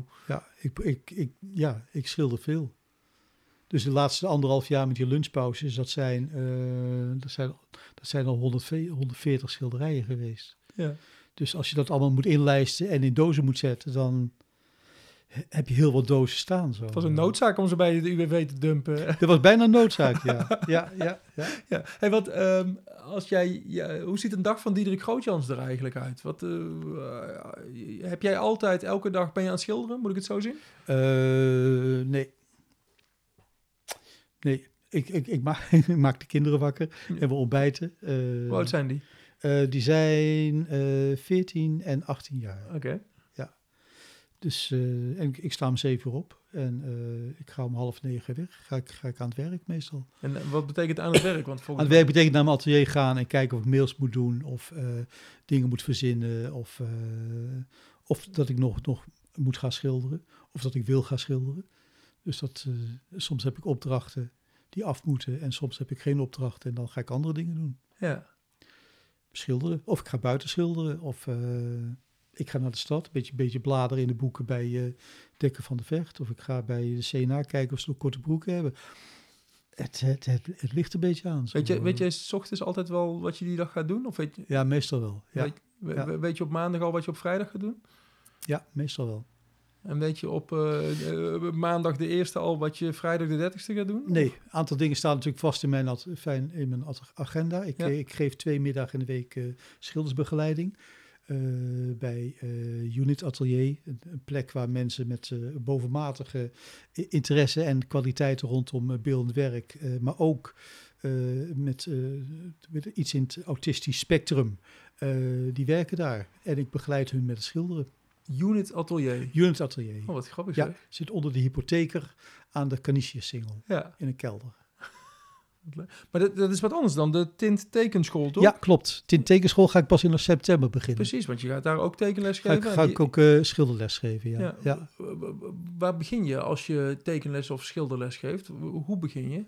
Ik schilder veel. Dus de laatste 1,5 jaar met die lunchpauzes, dat zijn al 140 schilderijen geweest. Ja. Dus als je dat allemaal moet inlijsten en in dozen moet zetten, dan heb je heel wat dozen staan. Zo. Het was een noodzaak om ze bij de UWV te dumpen. Dat was bijna een noodzaak, ja. Ja. Hey, hoe ziet een dag van Diederik Grootjans er eigenlijk uit? Heb jij altijd, elke dag ben je aan het schilderen? Moet ik het zo zien? Nee. Ik maak de kinderen wakker en we ontbijten. Hoe oud zijn die? Die zijn 14 en 18 jaar. Oké. Ja. Dus en ik sta om 7 uur op en ik ga om 8:30 weg. Ga ik aan het werk meestal. En wat betekent aan het werk? Want aan het werk betekent naar mijn atelier gaan en kijken of ik mails moet doen of dingen moet verzinnen of dat ik nog moet gaan schilderen of dat ik wil gaan schilderen. Dus soms heb ik opdrachten die af moeten en soms heb ik geen opdrachten en dan ga ik andere dingen doen. Ja. Schilderen, of ik ga buiten schilderen, of ik ga naar de stad, een beetje bladeren in de boeken bij Dekker van de Vecht, of ik ga bij de CNA kijken of ze nog korte broeken hebben. Het ligt een beetje aan. Weet je 's ochtends altijd wel wat je die dag gaat doen? Of weet je... Ja, meestal wel. Ja. Weet je op maandag al wat je op vrijdag gaat doen? Ja, meestal wel. En weet je op maandag de 1e al wat je vrijdag de 30e gaat doen? Nee, een aantal dingen staan natuurlijk vast in mijn agenda. Ik geef 2 middagen in de week schildersbegeleiding bij Unit Atelier. Een plek waar mensen met bovenmatige interesse en kwaliteiten rondom beeldend werk, maar ook met iets in het autistisch spectrum, die werken daar. En ik begeleid hun met het schilderen. Unit Atelier. Unit Atelier. Oh, wat grappig. Ja, zit onder de hypotheker aan de Canisius-singel. Ja. In een kelder. Maar dat is wat anders dan de tinttekenschool, toch? Ja, klopt. Tinttekenschool ga ik pas in september beginnen. Precies, want je gaat daar ook tekenles geven. Ga ik ook schilderles geven, ja. Waar begin je als je tekenles of schilderles geeft? Hoe begin je?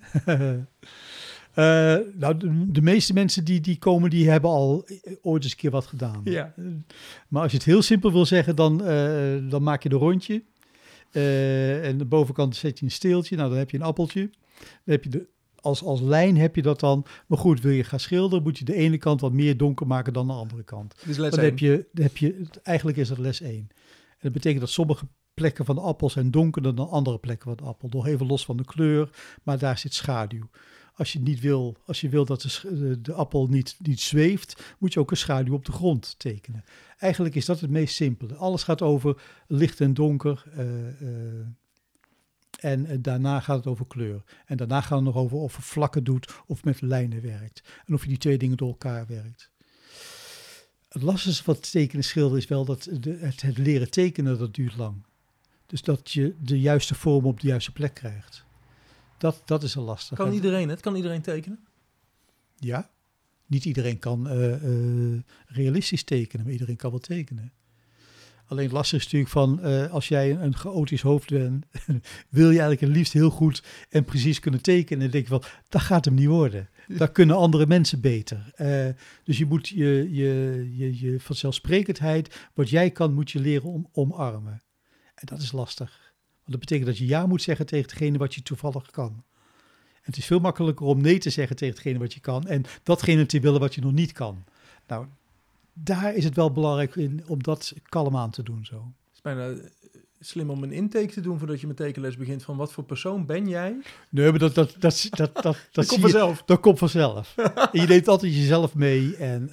De meeste mensen die komen, die hebben al ooit eens een keer wat gedaan. Ja. Maar als je het heel simpel wil zeggen, dan maak je een rondje. En aan de bovenkant zet je een steeltje. Nou, dan heb je een appeltje. Dan heb je als lijn heb je dat dan. Maar goed, wil je gaan schilderen, moet je de ene kant wat meer donker maken dan de andere kant. Dus les dan heb je, eigenlijk is dat les 1. En dat betekent dat sommige plekken van de appel zijn donkerder dan andere plekken van de appel. Nog even los van de kleur, maar daar zit schaduw. Als je wil dat de appel niet zweeft, moet je ook een schaduw op de grond tekenen. Eigenlijk is dat het meest simpele. Alles gaat over licht en donker. En daarna gaat het over kleur. En daarna gaat het nog over of je vlakken doet of met lijnen werkt. En of je die twee dingen door elkaar werkt. Het lastigste van het tekenen schilderen is wel dat het leren tekenen, dat duurt lang. Dus dat je de juiste vorm op de juiste plek krijgt. Dat is een lastig. Kan iedereen het? Kan iedereen tekenen? Ja. Niet iedereen kan realistisch tekenen, maar iedereen kan wel tekenen. Alleen het lastig is natuurlijk van, als jij een chaotisch hoofd bent, wil je eigenlijk het liefst heel goed en precies kunnen tekenen. En dan denk je van, dat gaat hem niet worden. Dat kunnen andere mensen beter. Dus je moet je vanzelfsprekendheid, wat jij kan, moet je leren omarmen. En dat is lastig. Want dat betekent dat je ja moet zeggen tegen hetgene wat je toevallig kan. En het is veel makkelijker om nee te zeggen tegen hetgene wat je kan en datgene te willen wat je nog niet kan. Nou, daar is het wel belangrijk om dat kalm aan te doen zo. Het is bijna slim om een intake te doen voordat je met tekenles begint. Van wat voor persoon ben jij? Nee, maar dat komt vanzelf. Dat komt vanzelf. En je neemt altijd jezelf mee. En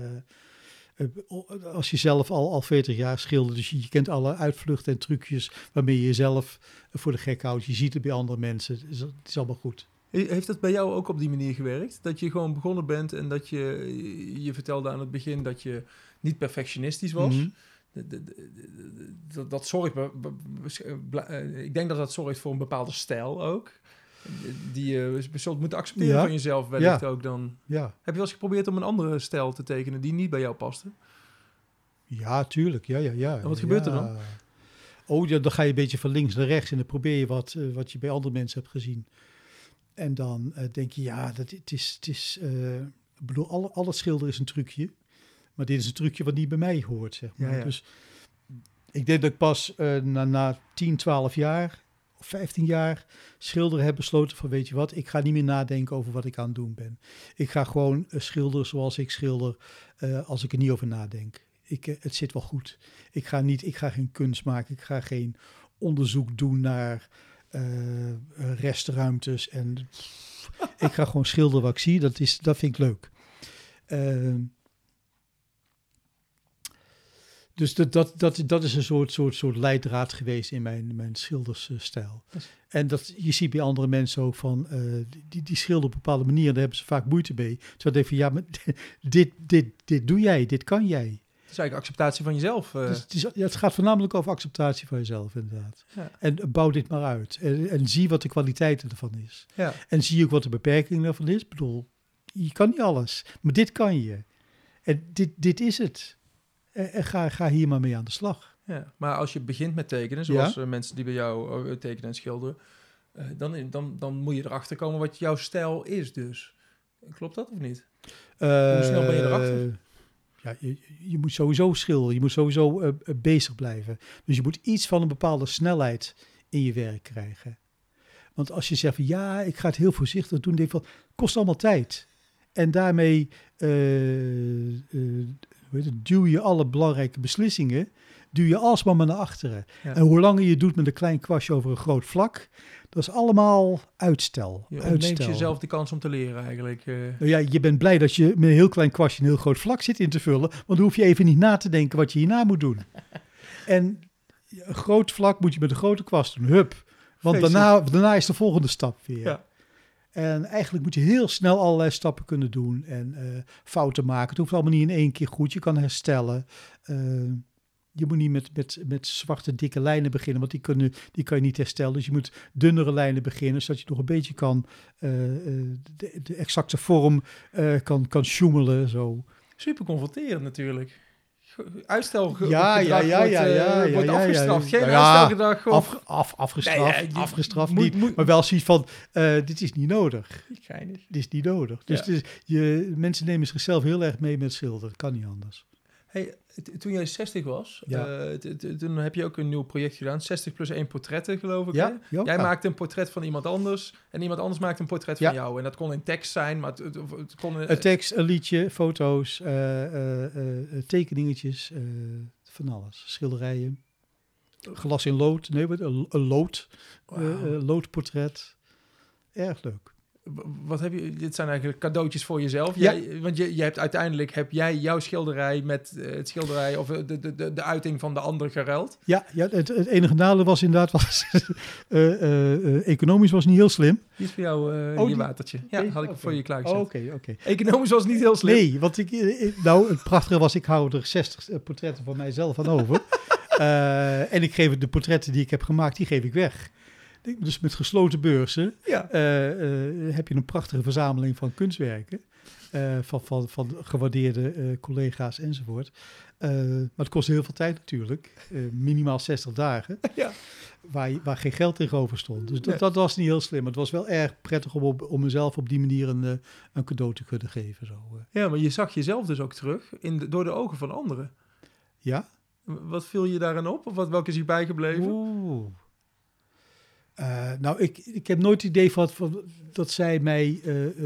als je zelf al 40 jaar schildert, dus je kent alle uitvluchten en trucjes waarmee je jezelf voor de gek houdt. Je ziet het bij andere mensen. Het is allemaal goed. Heeft dat bij jou ook op die manier gewerkt? Dat je gewoon begonnen bent en dat je vertelde aan het begin dat je niet perfectionistisch was. Mm-hmm. Dat zorgt, ik denk dat zorgt voor een bepaalde stijl ook. Die je zult moeten accepteren van jezelf wellicht ook dan. Ja. Heb je wel eens geprobeerd om een andere stijl te tekenen die niet bij jou paste? Ja, tuurlijk. Ja. En wat gebeurt er dan? Oh, dan ga je een beetje van links naar rechts en dan probeer je wat je bij andere mensen hebt gezien. En dan denk je, het is ik bedoel, al het schilderen is een trucje. Maar dit is een trucje wat niet bij mij hoort, zeg maar. Ja. Dus ik denk dat ik pas na 10, 12 jaar of 15 jaar schilderen heb besloten van, weet je wat, ik ga niet meer nadenken over wat ik aan het doen ben. Ik ga gewoon schilderen zoals ik schilder als ik er niet over nadenk. Het zit wel goed. Ik ga geen kunst maken. Ik ga geen onderzoek doen naar restruimtes en ik ga gewoon schilderen wat ik zie. Dat vind ik leuk. Dus dat is een soort leidraad geweest in mijn schildersstijl. En je ziet bij andere mensen ook van, die schilderen op een bepaalde manier, daar hebben ze vaak moeite mee. Terwijl ik denk van, ja, maar dit doe jij, dit kan jij. Het is eigenlijk acceptatie van jezelf. Dus het gaat voornamelijk over acceptatie van jezelf, inderdaad. Ja. En bouw dit maar uit. En zie wat de kwaliteit ervan is. Ja. En zie ook wat de beperking ervan is. Ik bedoel, je kan niet alles, maar dit kan je. En dit is het. En ga hier maar mee aan de slag. Ja, maar als je begint met tekenen, zoals mensen die bij jou tekenen en schilderen, dan moet je erachter komen wat jouw stijl is dus. Klopt dat of niet? Hoe snel ben je erachter? Ja, je moet sowieso schilderen. Je moet sowieso bezig blijven. Dus je moet iets van een bepaalde snelheid in je werk krijgen. Want als je zegt van, ja, ik ga het heel voorzichtig doen, denk ik van, kost allemaal tijd. En daarmee duw je alle belangrijke beslissingen, duw je alsmaar maar naar achteren. Ja. En hoe langer je doet met een klein kwastje over een groot vlak, dat is allemaal uitstel. Je neemt jezelf de kans om te leren eigenlijk. Nou ja, je bent blij dat je met een heel klein kwastje een heel groot vlak zit in te vullen, want dan hoef je even niet na te denken wat je hierna moet doen. En een groot vlak moet je met een grote kwast doen. Hup. Want daarna is de volgende stap weer. Ja. En eigenlijk moet je heel snel allerlei stappen kunnen doen en fouten maken. Het hoeft allemaal niet in één keer goed. Je kan herstellen. Je moet niet met zwarte, dikke lijnen beginnen, want die kan je niet herstellen. Dus je moet dunnere lijnen beginnen, zodat je nog een beetje kan de exacte vorm kan sjoemelen. Zo. Super confronterend natuurlijk. Uitstel wordt afgestraft. Geen uitstelgedrag. Afgestraft niet. Maar wel zoiets van, dit is niet nodig. Dit is niet nodig. Dus mensen nemen zichzelf heel erg mee met schilderen. Dat kan niet anders. Hey, toen jij 60 was, toen heb je ook een nieuw project gedaan. 60 plus 1 portretten, geloof ik. Ja, jij maakte een portret van iemand anders en iemand anders maakte een portret van jou. En dat kon in tekst zijn, maar het kon... Een tekst, een liedje, foto's, tekeningetjes, van alles. Schilderijen, glas in lood, een loodportret. Erg leuk. Wat heb je? Dit zijn eigenlijk cadeautjes voor jezelf. Ja. Want je hebt uiteindelijk jouw schilderij met het schilderij of de uiting van de ander geruild. Ja, het enige nadeel was inderdaad, economisch was niet heel slim. Die is voor jou je watertje. Ja, had ik voor je klaargezet. Oké. Economisch was niet heel slim. Nee, want het prachtige was, ik hou er 60 portretten van mijzelf aan over. En ik geef de portretten die ik heb gemaakt, die geef ik weg. Dus met gesloten beurzen heb je een prachtige verzameling van kunstwerken. Van gewaardeerde collega's enzovoort. Maar het kost heel veel tijd natuurlijk. Minimaal 60 dagen. Ja. Waar geen geld tegenover stond. Dus dat was niet heel slim. Het was wel erg prettig om mezelf op die manier een cadeau te kunnen geven. Zo. Ja, maar je zag jezelf dus ook terug door de ogen van anderen. Ja. Wat viel je daarin op? Of welke is je bijgebleven? Oeh. Nou, ik heb nooit het idee dat zij mij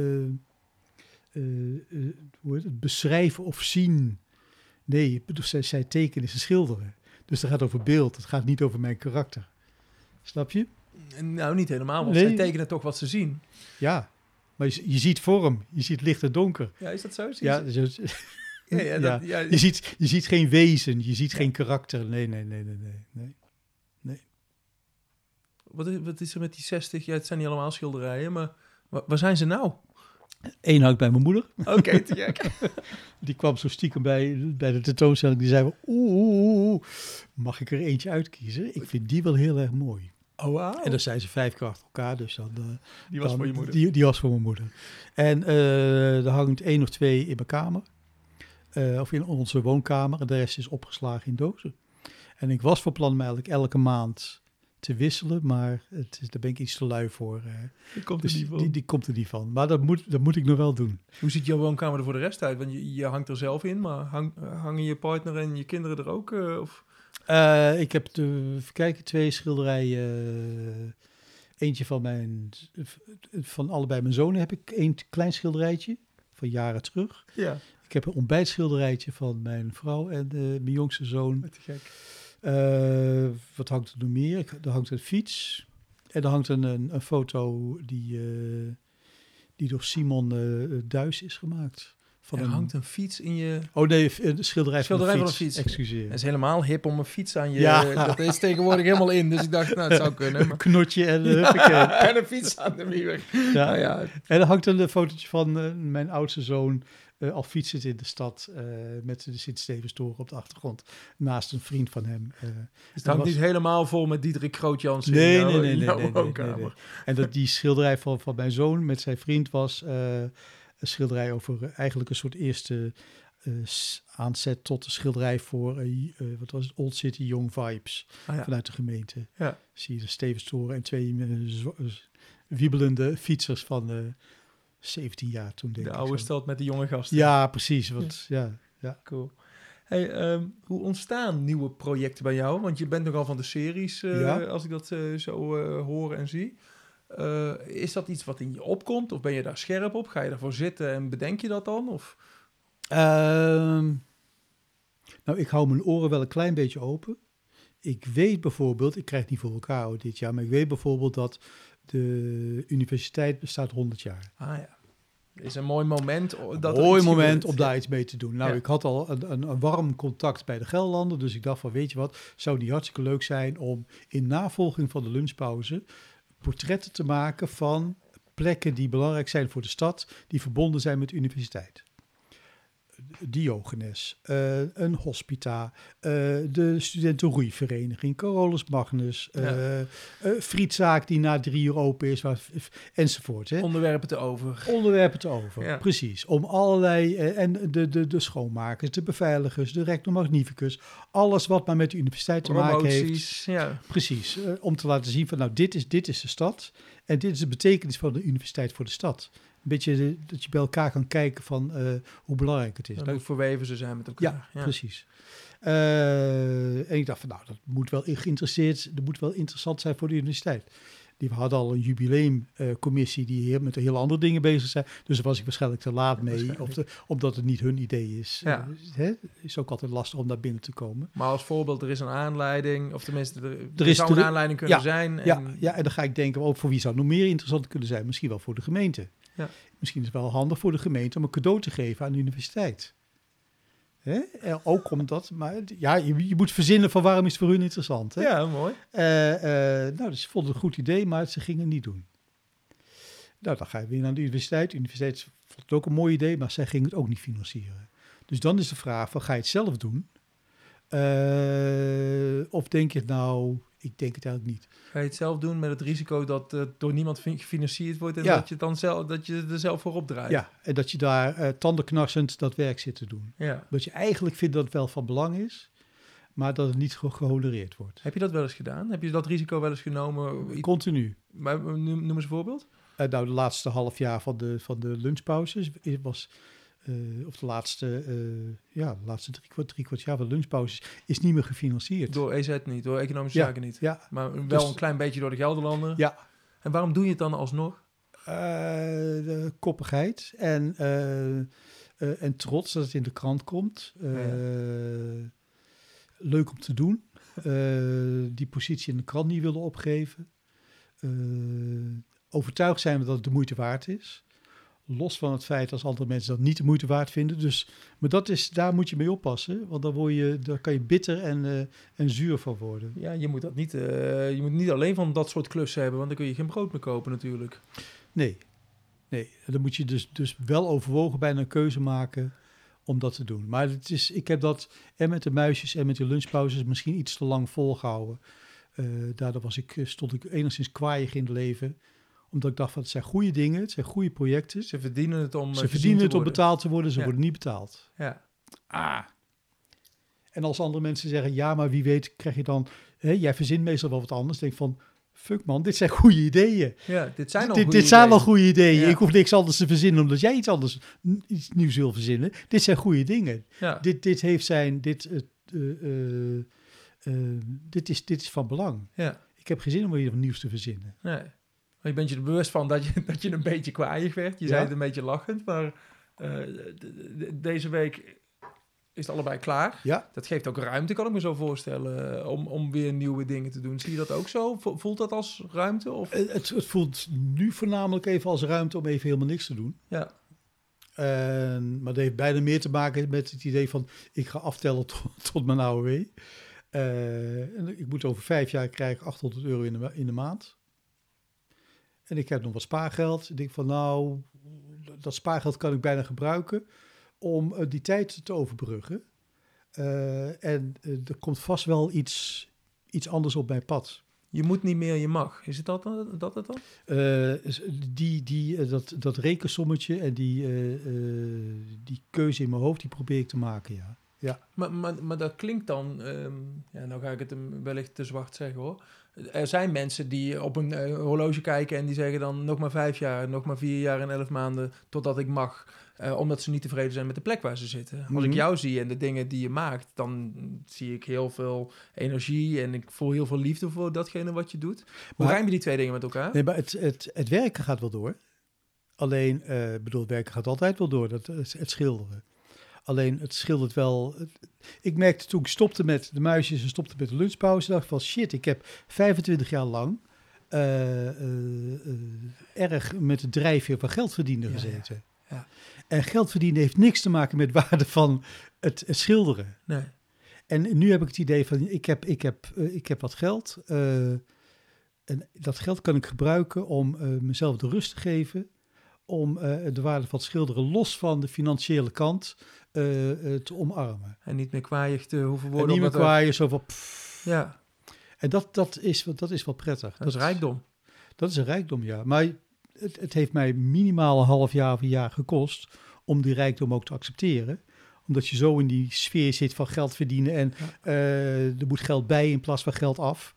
beschrijven of zien. Nee, zij tekenen, ze schilderen. Dus het gaat over beeld. Het gaat niet over mijn karakter. Snap je? Nou, niet helemaal. Want zij tekenen toch wat ze zien. Ja, maar je ziet vorm. Je ziet licht en donker. Ja, is dat zo? Ja, Je ziet geen wezen. Je ziet geen karakter. Nee. Wat is er met die 60? Ja, het zijn niet allemaal schilderijen, maar waar zijn ze nou? Eén hangt bij mijn moeder. Oké, te gek. Die kwam zo stiekem bij de tentoonstelling. Die zei, mag ik er eentje uitkiezen? Ik vind die wel heel erg mooi. Oh, wow. En dan zijn ze 5 keer achter elkaar. Dus die was voor je moeder? Die was voor mijn moeder. En er hangt 1 of 2 in mijn kamer. Of in onze woonkamer. En de rest is opgeslagen in dozen. En ik was van plan mij eigenlijk elke maand te wisselen, maar daar ben ik iets te lui voor. Die komt er niet van. Die komt er niet van. Maar dat moet ik nog wel doen. Hoe ziet jouw woonkamer er voor de rest uit? Want je hangt er zelf in, maar hangen je partner en je kinderen er ook? Of? Ik heb 2 schilderijen. Eentje van allebei mijn zonen heb ik 1 klein schilderijtje van jaren terug. Ja. Ik heb een ontbijtschilderijtje van mijn vrouw en mijn jongste zoon. Te gek. Wat hangt er nog meer? Er hangt een fiets. En er hangt een foto die door Simon Duis is gemaakt. Hangt een fiets in je... Oh nee, een schilderij van een fiets. Excuseer. Het is helemaal hip om een fiets aan je... Ja. Dat is tegenwoordig helemaal in. Dus ik dacht, het zou kunnen. Maar... Een knotje en en een fiets aan de muur. Ja. Nou ja. En er hangt een fotootje van mijn oudste zoon... al fietsend in de stad met de Sint-Stevenstoren op de achtergrond. Naast een vriend van hem. Dus het hangt niet helemaal vol met Diederik Groot-Jans nee. En die schilderij van mijn zoon met zijn vriend was... een schilderij over eigenlijk een soort eerste aanzet tot een schilderij voor Old City Young Vibes vanuit de gemeente. Ja. Zie je de Stevenstoren en 2 wiebelende fietsers van 17 jaar toen, denk ik. De oude stad met de jonge gasten. Ja, precies. Ja. Cool. Hey, hoe ontstaan nieuwe projecten bij jou? Want je bent nogal van de series, als ik dat zo hoor en zie. Is dat iets wat in je opkomt? Of ben je daar scherp op? Ga je daarvoor zitten en bedenk je dat dan? Of? Nou, ik hou mijn oren wel een klein beetje open. Ik weet bijvoorbeeld, ik krijg het niet voor elkaar dit jaar, maar ik weet bijvoorbeeld dat de universiteit bestaat 100 jaar. Ah ja. Is een mooi moment. Om daar iets mee te doen. Nou, ik had al een warm contact bij de Gelderlander, dus ik dacht van, weet je wat, zou niet hartstikke leuk zijn om in navolging van de lunchpauze portretten te maken van plekken die belangrijk zijn voor de stad, die verbonden zijn met de universiteit. Diogenes, een hospita, de studentenroeivereniging, Carolus Magnus, frietzaak die na 3 uur open is, enzovoort. Hè. Onderwerpen te over, ja. Precies. Om allerlei, en de schoonmakers, de beveiligers, de rector magnificus, alles wat maar met de universiteit te maken heeft. Ja. Precies. Om te laten zien van, nou, dit is de stad en dit is de betekenis van de universiteit voor de stad. Een beetje dat je bij elkaar kan kijken van hoe belangrijk het is. Hoe verweven ze zijn met elkaar. Ja, precies. En ik dacht van, nou, dat moet wel interessant zijn voor de universiteit. We hadden al een jubileumcommissie die met heel andere dingen bezig zijn. Dus daar was ik waarschijnlijk te laat mee. Omdat het niet hun idee is. Ja. Is ook altijd lastig om daar binnen te komen. Maar als voorbeeld, er is een aanleiding. Of tenminste, er zou een aanleiding kunnen zijn. En dan ga ik denken, ook voor wie zou het nog meer interessant kunnen zijn? Misschien wel voor de gemeente. Ja. Misschien is het wel handig voor de gemeente om een cadeau te geven aan de universiteit. Ook omdat, maar je moet verzinnen van waarom is het voor hun interessant. Hè? Ja, mooi. Dus ze vonden het een goed idee, maar ze gingen het niet doen. Nou, dan ga je weer naar de universiteit. De universiteit vond het ook een mooi idee, maar zij gingen het ook niet financieren. Dus dan is de vraag van, ga je het zelf doen? Of denk je het nou, ik denk het eigenlijk niet. Ga je het zelf doen met het risico dat door niemand gefinancierd wordt en dat je dan dat je er zelf voor opdraait? Ja, en dat je daar tandenknarsend dat werk zit te doen. Ja. Dat je eigenlijk vindt dat het wel van belang is, maar dat het niet gehonoreerd wordt. Heb je dat wel eens gedaan? Heb je dat risico wel eens genomen? Continu. Maar noem eens een voorbeeld. De laatste half jaar van de lunchpauzes was... of de laatste drie kwart jaar van de lunchpauzes is niet meer gefinancierd. Door EZ niet, door Economische Zaken niet. Ja. Maar wel een klein beetje door de Gelderlanden. Ja. En waarom doe je het dan alsnog? De koppigheid en trots dat het in de krant komt. Leuk om te doen. Die positie in de krant niet willen opgeven. Overtuigd zijn we dat het de moeite waard is. Los van het feit als andere mensen dat niet de moeite waard vinden. Maar daar moet je mee oppassen. Want daar kan je bitter en zuur van worden. Ja, je moet dat niet. Je moet niet alleen van dat soort klussen hebben. Want dan kun je geen brood meer kopen natuurlijk. Nee. Dan moet je dus wel overwogen bijna een keuze maken om dat te doen. Maar ik heb dat en met de muisjes en met de lunchpauzes misschien iets te lang volgehouden. Daardoor stond ik enigszins kwaaiig in het leven. Omdat ik dacht van het zijn goede dingen, het zijn goede projecten. Ze verdienen het om betaald te worden, ze worden niet betaald. Ja. En als andere mensen zeggen, ja, maar wie weet krijg je dan... jij verzint meestal wel wat anders. Denk van, fuck man, dit zijn goede ideeën. Ja, dit zijn wel goede ideeën. Ja. Ik hoef niks anders te verzinnen omdat jij iets nieuws wil verzinnen. Dit zijn goede dingen. Ja. Dit heeft zijn... Dit is van belang. Ja. Ik heb geen zin om weer wat nieuws te verzinnen. Nee. Maar je bent je er bewust van dat je een beetje kwaaiig werd. Je zei het een beetje lachend, maar deze week is het allebei klaar. Ja. Dat geeft ook ruimte, kan ik me zo voorstellen, om weer nieuwe dingen te doen. Zie je dat ook zo? Voelt dat als ruimte? Of? Het voelt nu voornamelijk even als ruimte om even helemaal niks te doen. Ja. Maar dat heeft bijna meer te maken met het idee van, ik ga aftellen tot mijn AOW. En ik moet over 5 jaar krijgen €800 in de maand. En ik heb nog wat spaargeld. Ik denk van dat spaargeld kan ik bijna gebruiken om die tijd te overbruggen. En er komt vast wel iets anders op mijn pad. Je moet niet meer, je mag. Is het dat het dan? Dat rekensommetje en die keuze in mijn hoofd, die probeer ik te maken, ja. Ja. Maar dat klinkt dan... nou ga ik het wellicht te zwart zeggen hoor. Er zijn mensen die op een horloge kijken en die zeggen dan nog maar 5 jaar, nog maar 4 jaar en 11 maanden totdat ik mag. Omdat ze niet tevreden zijn met de plek waar ze zitten. Als ik jou zie en de dingen die je maakt, dan zie ik heel veel energie en ik voel heel veel liefde voor datgene wat je doet. Hoe rijm je die 2 dingen met elkaar? Nee, maar het werken gaat wel door. Alleen, het werken gaat altijd wel door, het schilderen. Alleen het schildert wel. Ik merkte toen ik stopte met de muisjes en stopte met de lunchpauze, dacht ik van shit, ik heb 25 jaar lang erg met de drijfveer van geld verdienen gezeten. Ja. En geld verdienen heeft niks te maken met waarde van het schilderen. Nee. En nu heb ik het idee van ik heb wat geld. En dat geld kan ik gebruiken om mezelf de rust te geven. Om de waarde van het schilderen los van de financiële kant te omarmen. En niet meer kwaaiig te hoeven worden. En niet meer kwaaiig, zo van... Ja. En dat is wel prettig. Dat is rijkdom. Dat is een rijkdom, ja. Maar het heeft mij minimaal een half jaar of een jaar gekost om die rijkdom ook te accepteren. Omdat je zo in die sfeer zit van geld verdienen en er moet geld bij in plaats van geld af.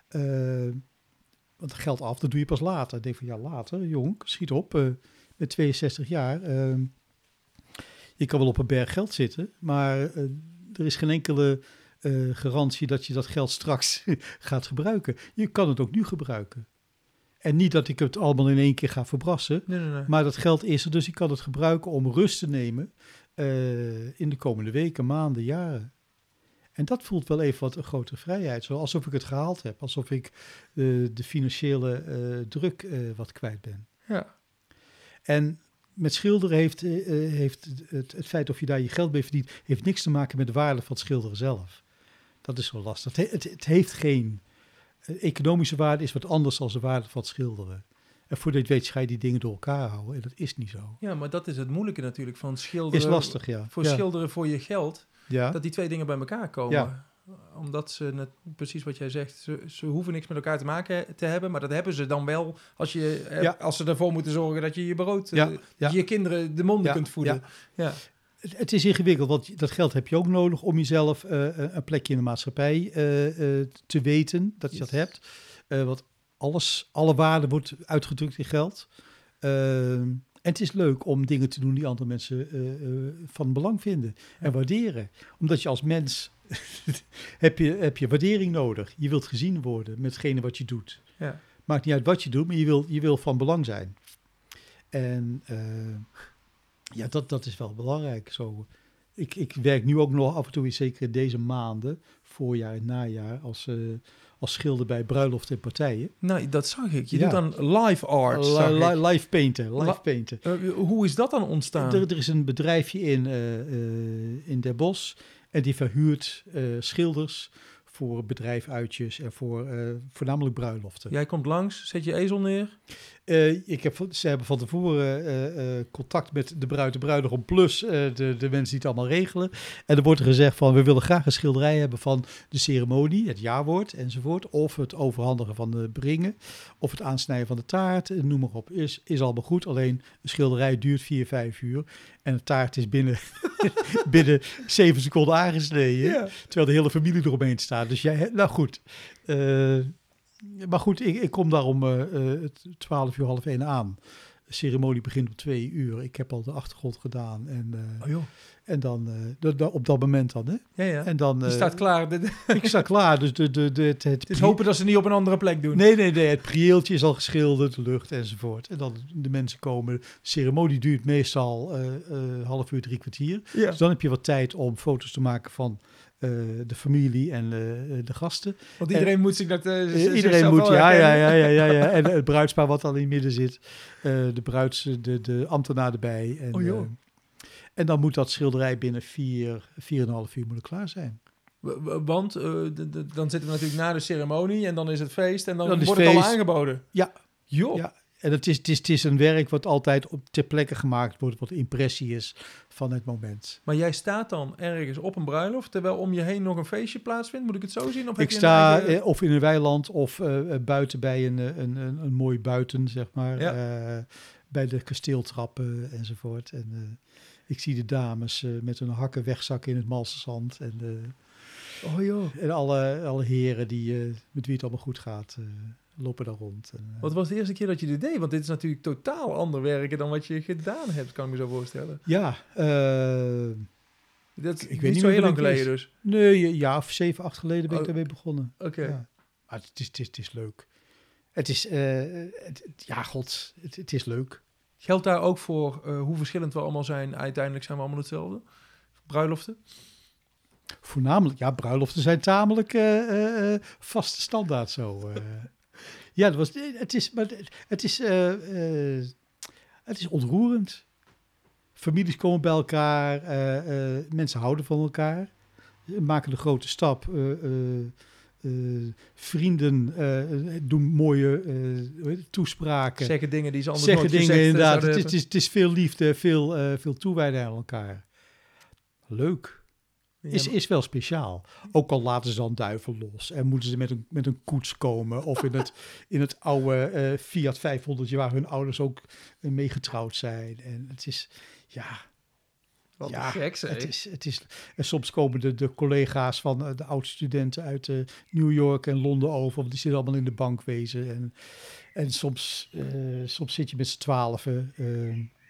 Want geld af, dat doe je pas later. Ik denk van ja, later, jong, schiet op. Met 62 jaar. Je kan wel op een berg geld zitten, maar er is geen enkele garantie dat je dat geld straks gaat gebruiken. Je kan het ook nu gebruiken. En niet dat ik het allemaal in één keer ga verbrassen. Nee. Maar dat geld is er, dus ik kan het gebruiken om rust te nemen in de komende weken, maanden, jaren. En dat voelt wel even wat een grotere vrijheid. Zo alsof ik het gehaald heb. Alsof ik de financiële druk wat kwijt ben. Ja. En met schilderen heeft het feit of je daar je geld mee verdient, heeft niks te maken met de waarde van het schilderen zelf. Dat is zo lastig. Het heeft geen economische waarde, is wat anders dan de waarde van het schilderen. En voordat je het weet, ga je die dingen door elkaar houden. En dat is niet zo. Ja, maar dat is het moeilijke natuurlijk van schilderen. Is lastig, ja. Voor schilderen voor je geld. Ja. Dat die twee dingen bij elkaar komen. Ja. Omdat ze, precies wat jij zegt, ze hoeven niks met elkaar te maken te hebben. Maar dat hebben ze dan wel als ze ervoor moeten zorgen dat je je brood, je kinderen de monden kunt voeden. Ja. Het is ingewikkeld, want dat geld heb je ook nodig om jezelf een plekje in de maatschappij te weten dat je dat hebt. Want alle waarde wordt uitgedrukt in geld. En het is leuk om dingen te doen die andere mensen van belang vinden en waarderen. Omdat je als mens heb je waardering nodig. Je wilt gezien worden met hetgene wat je doet. Ja. Maakt niet uit wat je doet, maar je wil van belang zijn. En dat is wel belangrijk. Zo, ik werk nu ook nog af en toe, zeker in deze maanden, voorjaar en najaar, als schilder bij bruiloften en partijen. Nou, dat zag ik. Je doet dan live art. Live painten. Hoe is dat dan ontstaan? Er is een bedrijfje in Den Bosch en die verhuurt schilders voor bedrijfuitjes en voor voornamelijk bruiloften. Jij komt langs, zet je ezel neer? Ze hebben van tevoren contact met de bruid, de bruidegom plus de mensen die het allemaal regelen. En er wordt er gezegd van, we willen graag een schilderij hebben van de ceremonie, het jaarwoord enzovoort. Of het overhandigen van de brengen, of het aansnijden van de taart, noem maar op. Is allemaal goed, alleen een schilderij duurt 4-5 uur. En de taart is binnen 7 seconden aangesneden, terwijl de hele familie eromheen staat. Dus nou goed. Maar goed, ik kom daar om 12 uur, half 1 aan. De ceremonie begint om 2 uur. Ik heb al de achtergrond gedaan. En dan op dat moment dan, hè? Ja. En dan, je staat klaar. Ik sta klaar. Dus het is hopen dat ze niet op een andere plek doen. Nee. Het prieeltje is al geschilderd, de lucht enzovoort. En dan de mensen komen. De ceremonie duurt meestal half uur, 3 kwartier. Ja. Dus dan heb je wat tijd om foto's te maken van de familie en de gasten. Want iedereen moet zich dat... iedereen moet, ja. En het bruidspaar wat al in het midden zit. De ambtenaar erbij. En dan moet dat schilderij binnen 4,5 uur moet klaar zijn. Want dan zitten we natuurlijk na de ceremonie en dan is het feest en dan wordt het al aangeboden. Ja. Joh. Ja. En het is een werk wat altijd ter plekke gemaakt wordt, wat impressie is van het moment. Maar jij staat dan ergens op een bruiloft, terwijl om je heen nog een feestje plaatsvindt? Moet ik het zo zien? Of ik sta of in een weiland of buiten bij een mooi buiten, zeg maar. Ja. Bij de kasteeltrappen enzovoort. En ik zie de dames met hun hakken wegzakken in het malse zand. En alle heren met wie het allemaal goed gaat, lopen daar rond. Wat was de eerste keer dat je dit deed? Want dit is natuurlijk totaal ander werken dan wat je gedaan hebt, kan ik me zo voorstellen. Ja. Dat ik weet niet zo heel lang geleden dus. Nee, een jaar of 7, 8 geleden ben ik daarmee begonnen. Oké. Ja. Maar het is leuk. Het is, het is leuk. Geldt daar ook voor hoe verschillend we allemaal zijn? Uiteindelijk zijn we allemaal hetzelfde? Bruiloften? Voornamelijk, ja, bruiloften zijn tamelijk vaste standaard zo. Ja, het is ontroerend. Families komen bij elkaar, mensen houden van elkaar, maken de grote stap. Vrienden doen mooie toespraken. Zeggen dingen die ze anders nooit gezegd inderdaad. Het is veel liefde, veel toewijding aan elkaar. Leuk. Is wel speciaal. Ook al laten ze dan duiven los. En moeten ze met een koets komen. Of in het oude Fiat 500 waar hun ouders ook mee getrouwd zijn. En het is, wat gek, zeg. Het is, en soms komen de collega's van de oud-studenten uit New York en Londen over. Want die zitten allemaal in de bankwezen. En soms zit je met z'n 12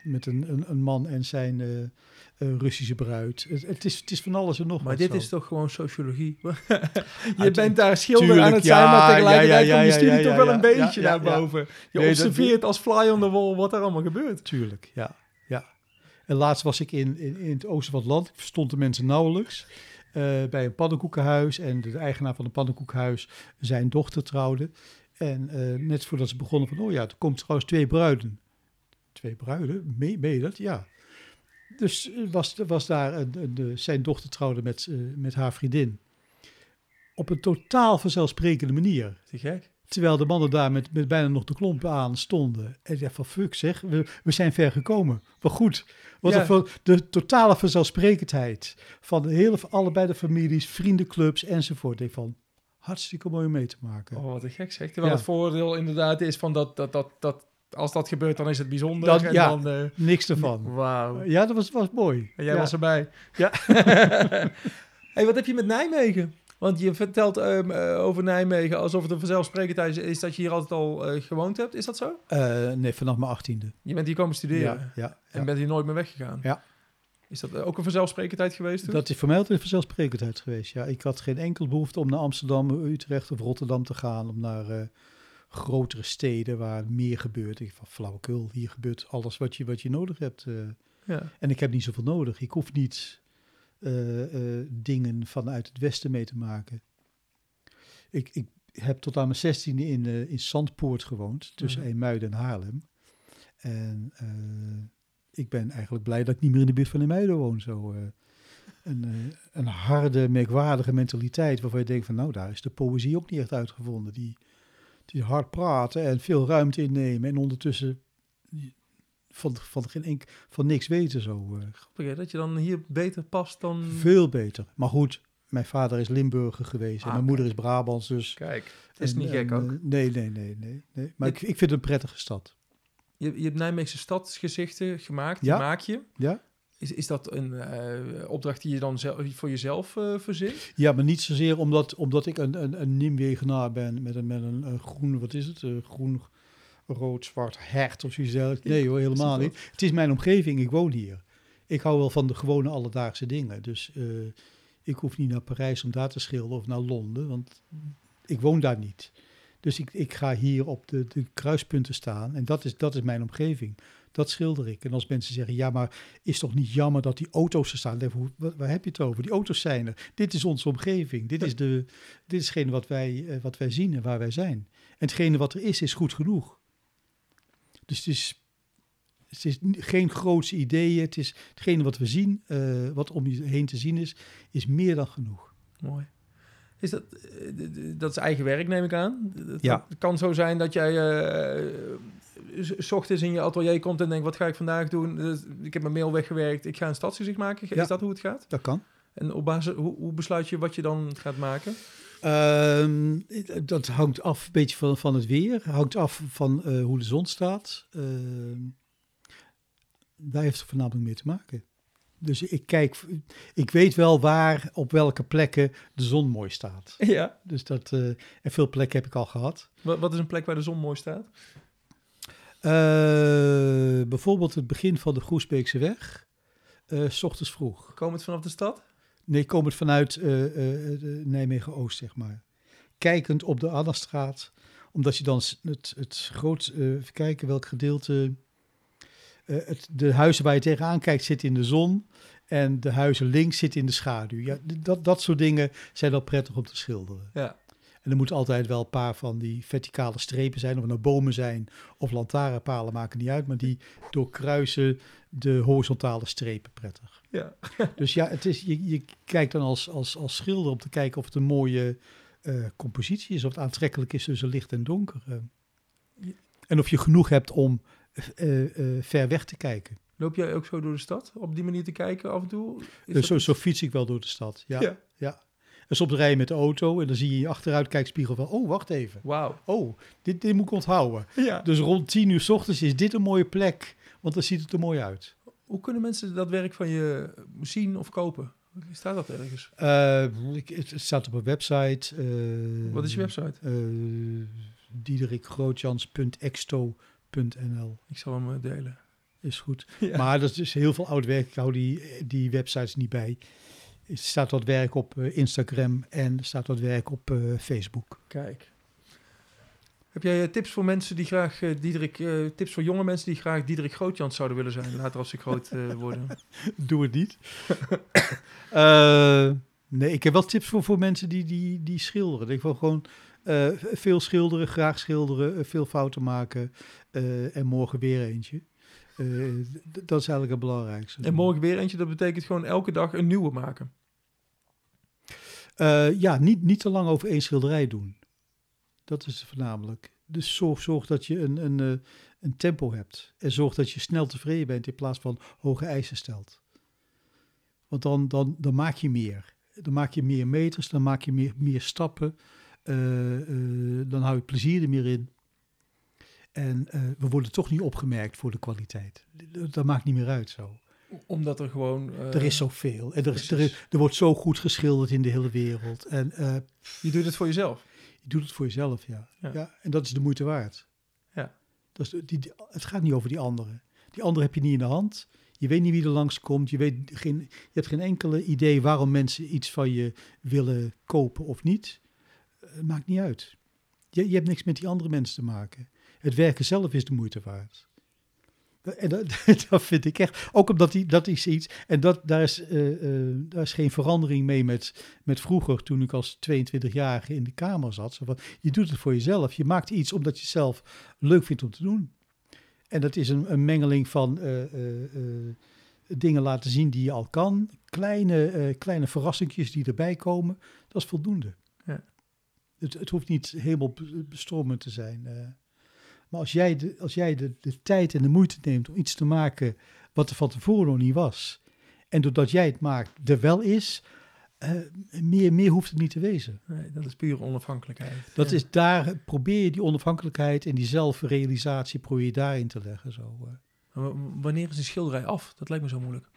met een man en zijn Russische bruid. Het is van alles en nog maar wat. dit zo. is toch gewoon sociologie? Je bent daar schilder aan het zijn, ja, maar tegelijkertijd komt je studie ja, toch wel een ja, beetje naar boven. Je Nee, observeert als fly on the wall wat er allemaal gebeurt. Tuurlijk, ja. En laatst was ik in het oosten van het land. Ik verstond de mensen nauwelijks. Bij een pannenkoekenhuis. En de eigenaar van het pannenkoekenhuis zijn dochter trouwde. En net voordat ze begonnen van... er komen trouwens 2 bruiden. 2 bruiden? Meen je dat? Ja. Dus was daar zijn dochter trouwde met haar vriendin. Op een totaal vanzelfsprekende manier. Te gek. Terwijl de mannen daar met bijna nog de klompen aan stonden. En ik dacht van fuck zeg, we zijn ver gekomen. Wat goed. De totale vanzelfsprekendheid van allebei de families, vriendenclubs enzovoort. Ik van hartstikke mooi om mee te maken. Oh, wat een gek zeg. Terwijl het voordeel inderdaad is van dat als dat gebeurt, dan is het bijzonder. Dan, niks ervan. Wauw. Ja, dat was mooi. En jij was erbij. Ja. Hey, wat heb je met Nijmegen? Want je vertelt over Nijmegen alsof het een vanzelfsprekendheid is dat je hier altijd al gewoond hebt. Is dat zo? Nee, vanaf mijn 18e. Je bent hier komen studeren? Ja. En bent hier nooit meer weggegaan? Ja. Is dat ook een vanzelfsprekendheid geweest toen? Dat is voor mij altijd een vanzelfsprekendheid geweest, ja. Ik had geen enkel behoefte om naar Amsterdam, Utrecht of Rotterdam te gaan. Om naar grotere steden waar meer gebeurt. Ik van flauwekul, hier gebeurt alles wat je nodig hebt. En ik heb niet zoveel nodig. Ik hoef niet... dingen vanuit het westen mee te maken. Ik heb tot aan mijn 16e in Zandpoort gewoond, tussen IJmuiden en Haarlem. En ik ben eigenlijk blij dat ik niet meer in de buurt van IJmuiden woon. Zo, een harde, merkwaardige mentaliteit waarvan je denkt van daar is de poëzie ook niet echt uitgevonden. Die hard praten en veel ruimte innemen en ondertussen... van niks weten zo. Grappig hè, dat je dan hier beter past dan... Veel beter. Maar goed, mijn vader is Limburger geweest en mijn moeder is Brabants. Dus kijk, het is niet gek ook. Nee. Maar ik vind het een prettige stad. Je hebt Nijmeegse stadsgezichten gemaakt, die Ja. maak je. Ja. Is dat een opdracht die je dan voor jezelf verzint? Ja, maar niet zozeer omdat ik een Nijmegenaar ben met een groen, wat is het? Groen... rood-zwart hert of zoiets. Nee hoor, helemaal niet. Het is mijn omgeving, ik woon hier. Ik hou wel van de gewone alledaagse dingen. Dus ik hoef niet naar Parijs om daar te schilderen of naar Londen, want ik woon daar niet. Dus ik ga hier op de kruispunten staan en dat is mijn omgeving. Dat schilder ik. En als mensen zeggen, ja, maar is toch niet jammer dat die auto's er staan? Waar heb je het over? Die auto's zijn er. Dit is onze omgeving. Dit is hetgene wat wij zien en waar wij zijn. En hetgene wat er is goed genoeg. Dus het is geen grootse ideeën. Het is hetgene wat we zien, wat om je heen te zien is meer dan genoeg. Mooi. Is dat is eigen werk, neem ik aan? Ja. Het kan zo zijn dat jij 's ochtends in je atelier komt en denkt, wat ga ik vandaag doen? Ik heb mijn mail weggewerkt, ik ga een stadsgezicht maken. Ja. Is dat hoe het gaat? Dat kan. En op basis, hoe besluit je wat je dan gaat maken? Dat hangt af een beetje van het weer. Hangt af van hoe de zon staat. Daar heeft het voornamelijk mee te maken. Dus ik weet wel waar, op welke plekken de zon mooi staat. Ja. Dus en veel plekken heb ik al gehad. Wat is een plek waar de zon mooi staat? Bijvoorbeeld het begin van de Groesbeekse weg. 's Ochtends vroeg. Komend vanaf de stad? Nee, komend vanuit Nijmegen-Oost, zeg maar. Kijkend op de Annastraat. Omdat je dan het groot... even kijken welk gedeelte... de huizen waar je tegenaan kijkt zitten in de zon. En de huizen links zitten in de schaduw. Ja, dat soort dingen zijn wel prettig om te schilderen. Ja. En er moeten altijd wel een paar van die verticale strepen zijn. Of het nou bomen zijn of lantaarnpalen, maken niet uit. Maar die doorkruisen de horizontale strepen prettig. Ja. Dus ja, het is, je kijkt dan als schilder om te kijken of het een mooie compositie is. Of het aantrekkelijk is tussen licht en donker. En of je genoeg hebt om ver weg te kijken. Loop jij ook zo door de stad? Op die manier te kijken af en toe? Zo fiets ik wel door de stad, ja. En soms rij je met de auto en dan zie je in je achteruitkijkspiegel van... oh, wacht even. Wauw. Oh, dit moet ik onthouden. Ja. Dus rond 10 uur 's ochtends is dit een mooie plek, want dan ziet het er mooi uit. Hoe kunnen mensen dat werk van je zien of kopen? Staat dat ergens? Het staat op een website. Wat is je website? Diederikgrootjans.exto.nl. Ik zal hem delen. is goed. Ja. Maar dat is dus heel veel oud werk. Ik hou die websites niet bij. Er staat wat werk op Instagram en er staat wat werk op Facebook. Kijk. Heb jij tips voor mensen die graag tips voor jonge mensen die graag Diederik Grootjans zouden willen zijn, later als ze groot worden? Doe het niet. Nee, ik heb wel tips voor mensen die schilderen. Ik wil gewoon veel schilderen, graag schilderen, veel fouten maken en morgen weer eentje. Dat is eigenlijk het belangrijkste. En morgen weer eentje, dat betekent gewoon elke dag een nieuwe maken? Niet te lang over één schilderij doen. Dat is het voornamelijk. Dus zorg dat je een tempo hebt. En zorg dat je snel tevreden bent in plaats van hoge eisen stelt. Want dan maak je meer. Dan maak je meer meters, dan maak je meer stappen. Dan hou je plezier er meer in. En we worden toch niet opgemerkt voor de kwaliteit. Dat maakt niet meer uit zo. Omdat er gewoon... er is zoveel. En er wordt zo goed geschilderd in de hele wereld. En, je doet het voor jezelf? Je doet het voor jezelf, ja. En dat is de moeite waard. Ja. Het gaat niet over die anderen. Die anderen heb je niet in de hand. Je weet niet wie er langskomt. Je hebt geen enkele idee waarom mensen iets van je willen kopen of niet. Maakt niet uit. Je hebt niks met die andere mensen te maken. Het werken zelf is de moeite waard. En dat vind ik echt. Ook omdat dat is iets. En daar is geen verandering mee met vroeger, toen ik als 22-jarige in de kamer zat. Je doet het voor jezelf. Je maakt iets omdat je het zelf leuk vindt om te doen. En dat is een mengeling van dingen laten zien die je al kan. Kleine verrassingjes die erbij komen. Dat is voldoende. Ja. Het hoeft niet helemaal bestromend te zijn. Maar als jij de tijd en de moeite neemt om iets te maken wat er van tevoren nog niet was. En doordat jij het maakt, er wel is, meer hoeft het niet te wezen. Nee, dat is puur onafhankelijkheid. Probeer je die onafhankelijkheid en die zelfrealisatie probeer je daarin te leggen. Zo. Wanneer is een schilderij af? Dat lijkt me zo moeilijk.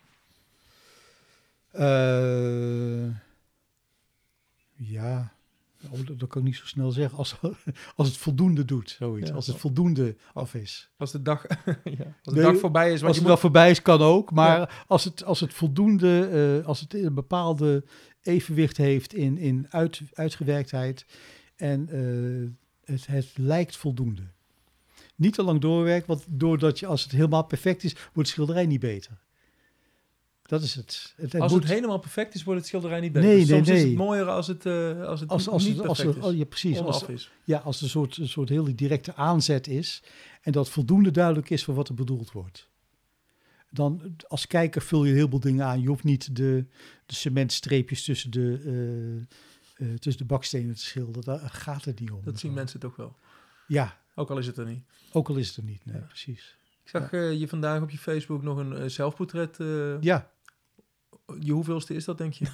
Dat kan ik niet zo snel zeggen. Als het voldoende doet, zoiets. Ja, als het voldoende af is. Als de dag, dag voorbij is. Als de dag voorbij is, kan ook. Maar als het voldoende, als het een bepaalde evenwicht heeft in uitgewerktheid. En het lijkt voldoende. Niet te lang doorwerken, want doordat als het helemaal perfect is, wordt het schilderij niet beter. Dat is het. Als het helemaal perfect is, wordt het schilderij niet beter. Soms is het mooier als het niet perfect is. Ja, precies. Is. Als er een soort hele directe aanzet is en dat voldoende duidelijk is voor wat er bedoeld wordt. Dan als kijker vul je een heleboel dingen aan. Je hoeft niet de cementstreepjes tussen de bakstenen te schilderen. Daar gaat het niet om. Dat zien mensen toch wel. Ja. Ook al is het er niet. Ook al is het er niet, nee, precies. Ik zag je vandaag op je Facebook nog een zelfportret. Ja. Je hoeveelste is dat, denk je?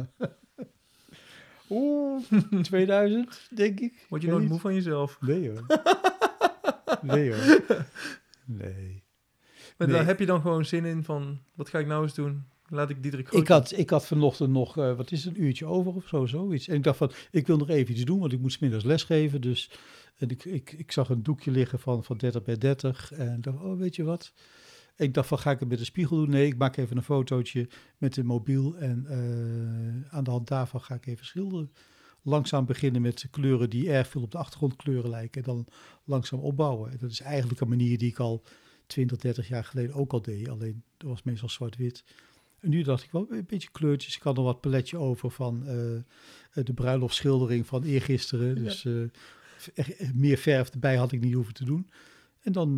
2000, denk ik. Word je nooit moe van jezelf? Nee hoor. Nee. Maar daar heb je dan gewoon zin in van, wat ga ik nou eens doen? Laat ik Diederik Grootjans. Ik had vanochtend nog, een uurtje over of zoiets. En ik dacht van, ik wil nog even iets doen, want ik moet 's middags lesgeven. Dus ik zag een doekje liggen van 30 bij 30. En dacht, weet je wat? Ik dacht van, ga ik het met een spiegel doen? Nee, ik maak even een fotootje met de mobiel. En aan de hand daarvan ga ik even schilderen. Langzaam beginnen met kleuren die erg veel op de achtergrondkleuren lijken. En dan langzaam opbouwen. En dat is eigenlijk een manier die ik al 20, 30 jaar geleden ook al deed. Alleen, dat was meestal zwart-wit. En nu dacht ik wel een beetje kleurtjes. Ik had nog wat paletje over van de bruiloftschildering van eergisteren. Ja. Dus meer verf erbij had ik niet hoeven te doen. En dan...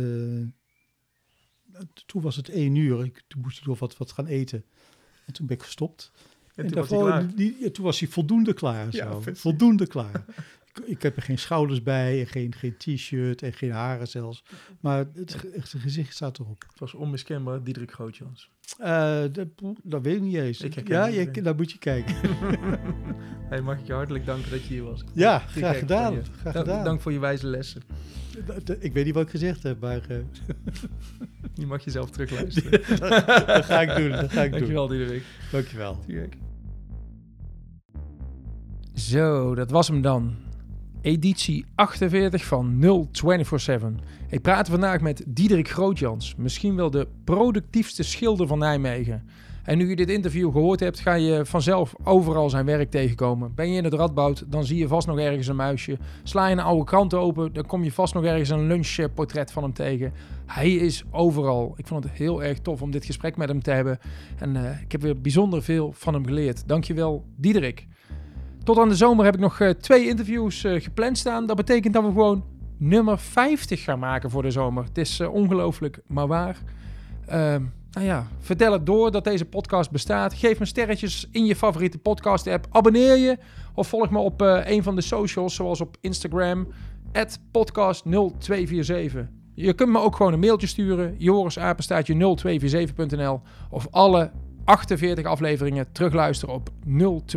toen was het 1 uur. Toen moest ik nog wat gaan eten. En toen ben ik gestopt. En toen was hij klaar. Toen was hij voldoende klaar. Ja, voldoende klaar. Ik heb er geen schouders bij, en geen t-shirt en geen haren zelfs. Maar het gezicht staat erop. Het was onmiskenbaar Diederik Grootjans. Dat weet ik niet eens. Daar moet je kijken. Hey, mag ik je hartelijk danken dat je hier was. Ja, graag gedaan. Dank voor je wijze lessen. Ik weet niet wat ik gezegd heb, maar... Je mag jezelf terugluisteren. Dat ga ik doen. Dankjewel, Diederik. Dankjewel. Zo, dat was hem dan. editie 48 van 0247. Ik praat vandaag met Diederik Grootjans, misschien wel de productiefste schilder van Nijmegen. En nu je dit interview gehoord hebt, ga je vanzelf overal zijn werk tegenkomen. Ben je in het Radboud, dan zie je vast nog ergens een muisje. Sla je een oude krant open, dan kom je vast nog ergens een lunchportret van hem tegen. Hij is overal. Ik vond het heel erg tof om dit gesprek met hem te hebben. En ik heb weer bijzonder veel van hem geleerd. Dankjewel, Diederik. Tot aan de zomer heb ik nog 2 interviews gepland staan. Dat betekent dat we gewoon nummer 50 gaan maken voor de zomer. Het is ongelooflijk, maar waar. Vertel het door dat deze podcast bestaat. Geef me sterretjes in je favoriete podcast app. Abonneer je of volg me op een van de socials, zoals op Instagram, @podcast0247. Je kunt me ook gewoon een mailtje sturen, joris@0247.nl, of alle 48 afleveringen terugluisteren op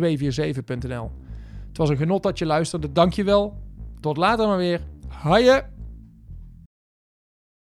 0247.nl. Het was een genot dat je luisterde. Dank je wel. Tot later maar weer. Haaien!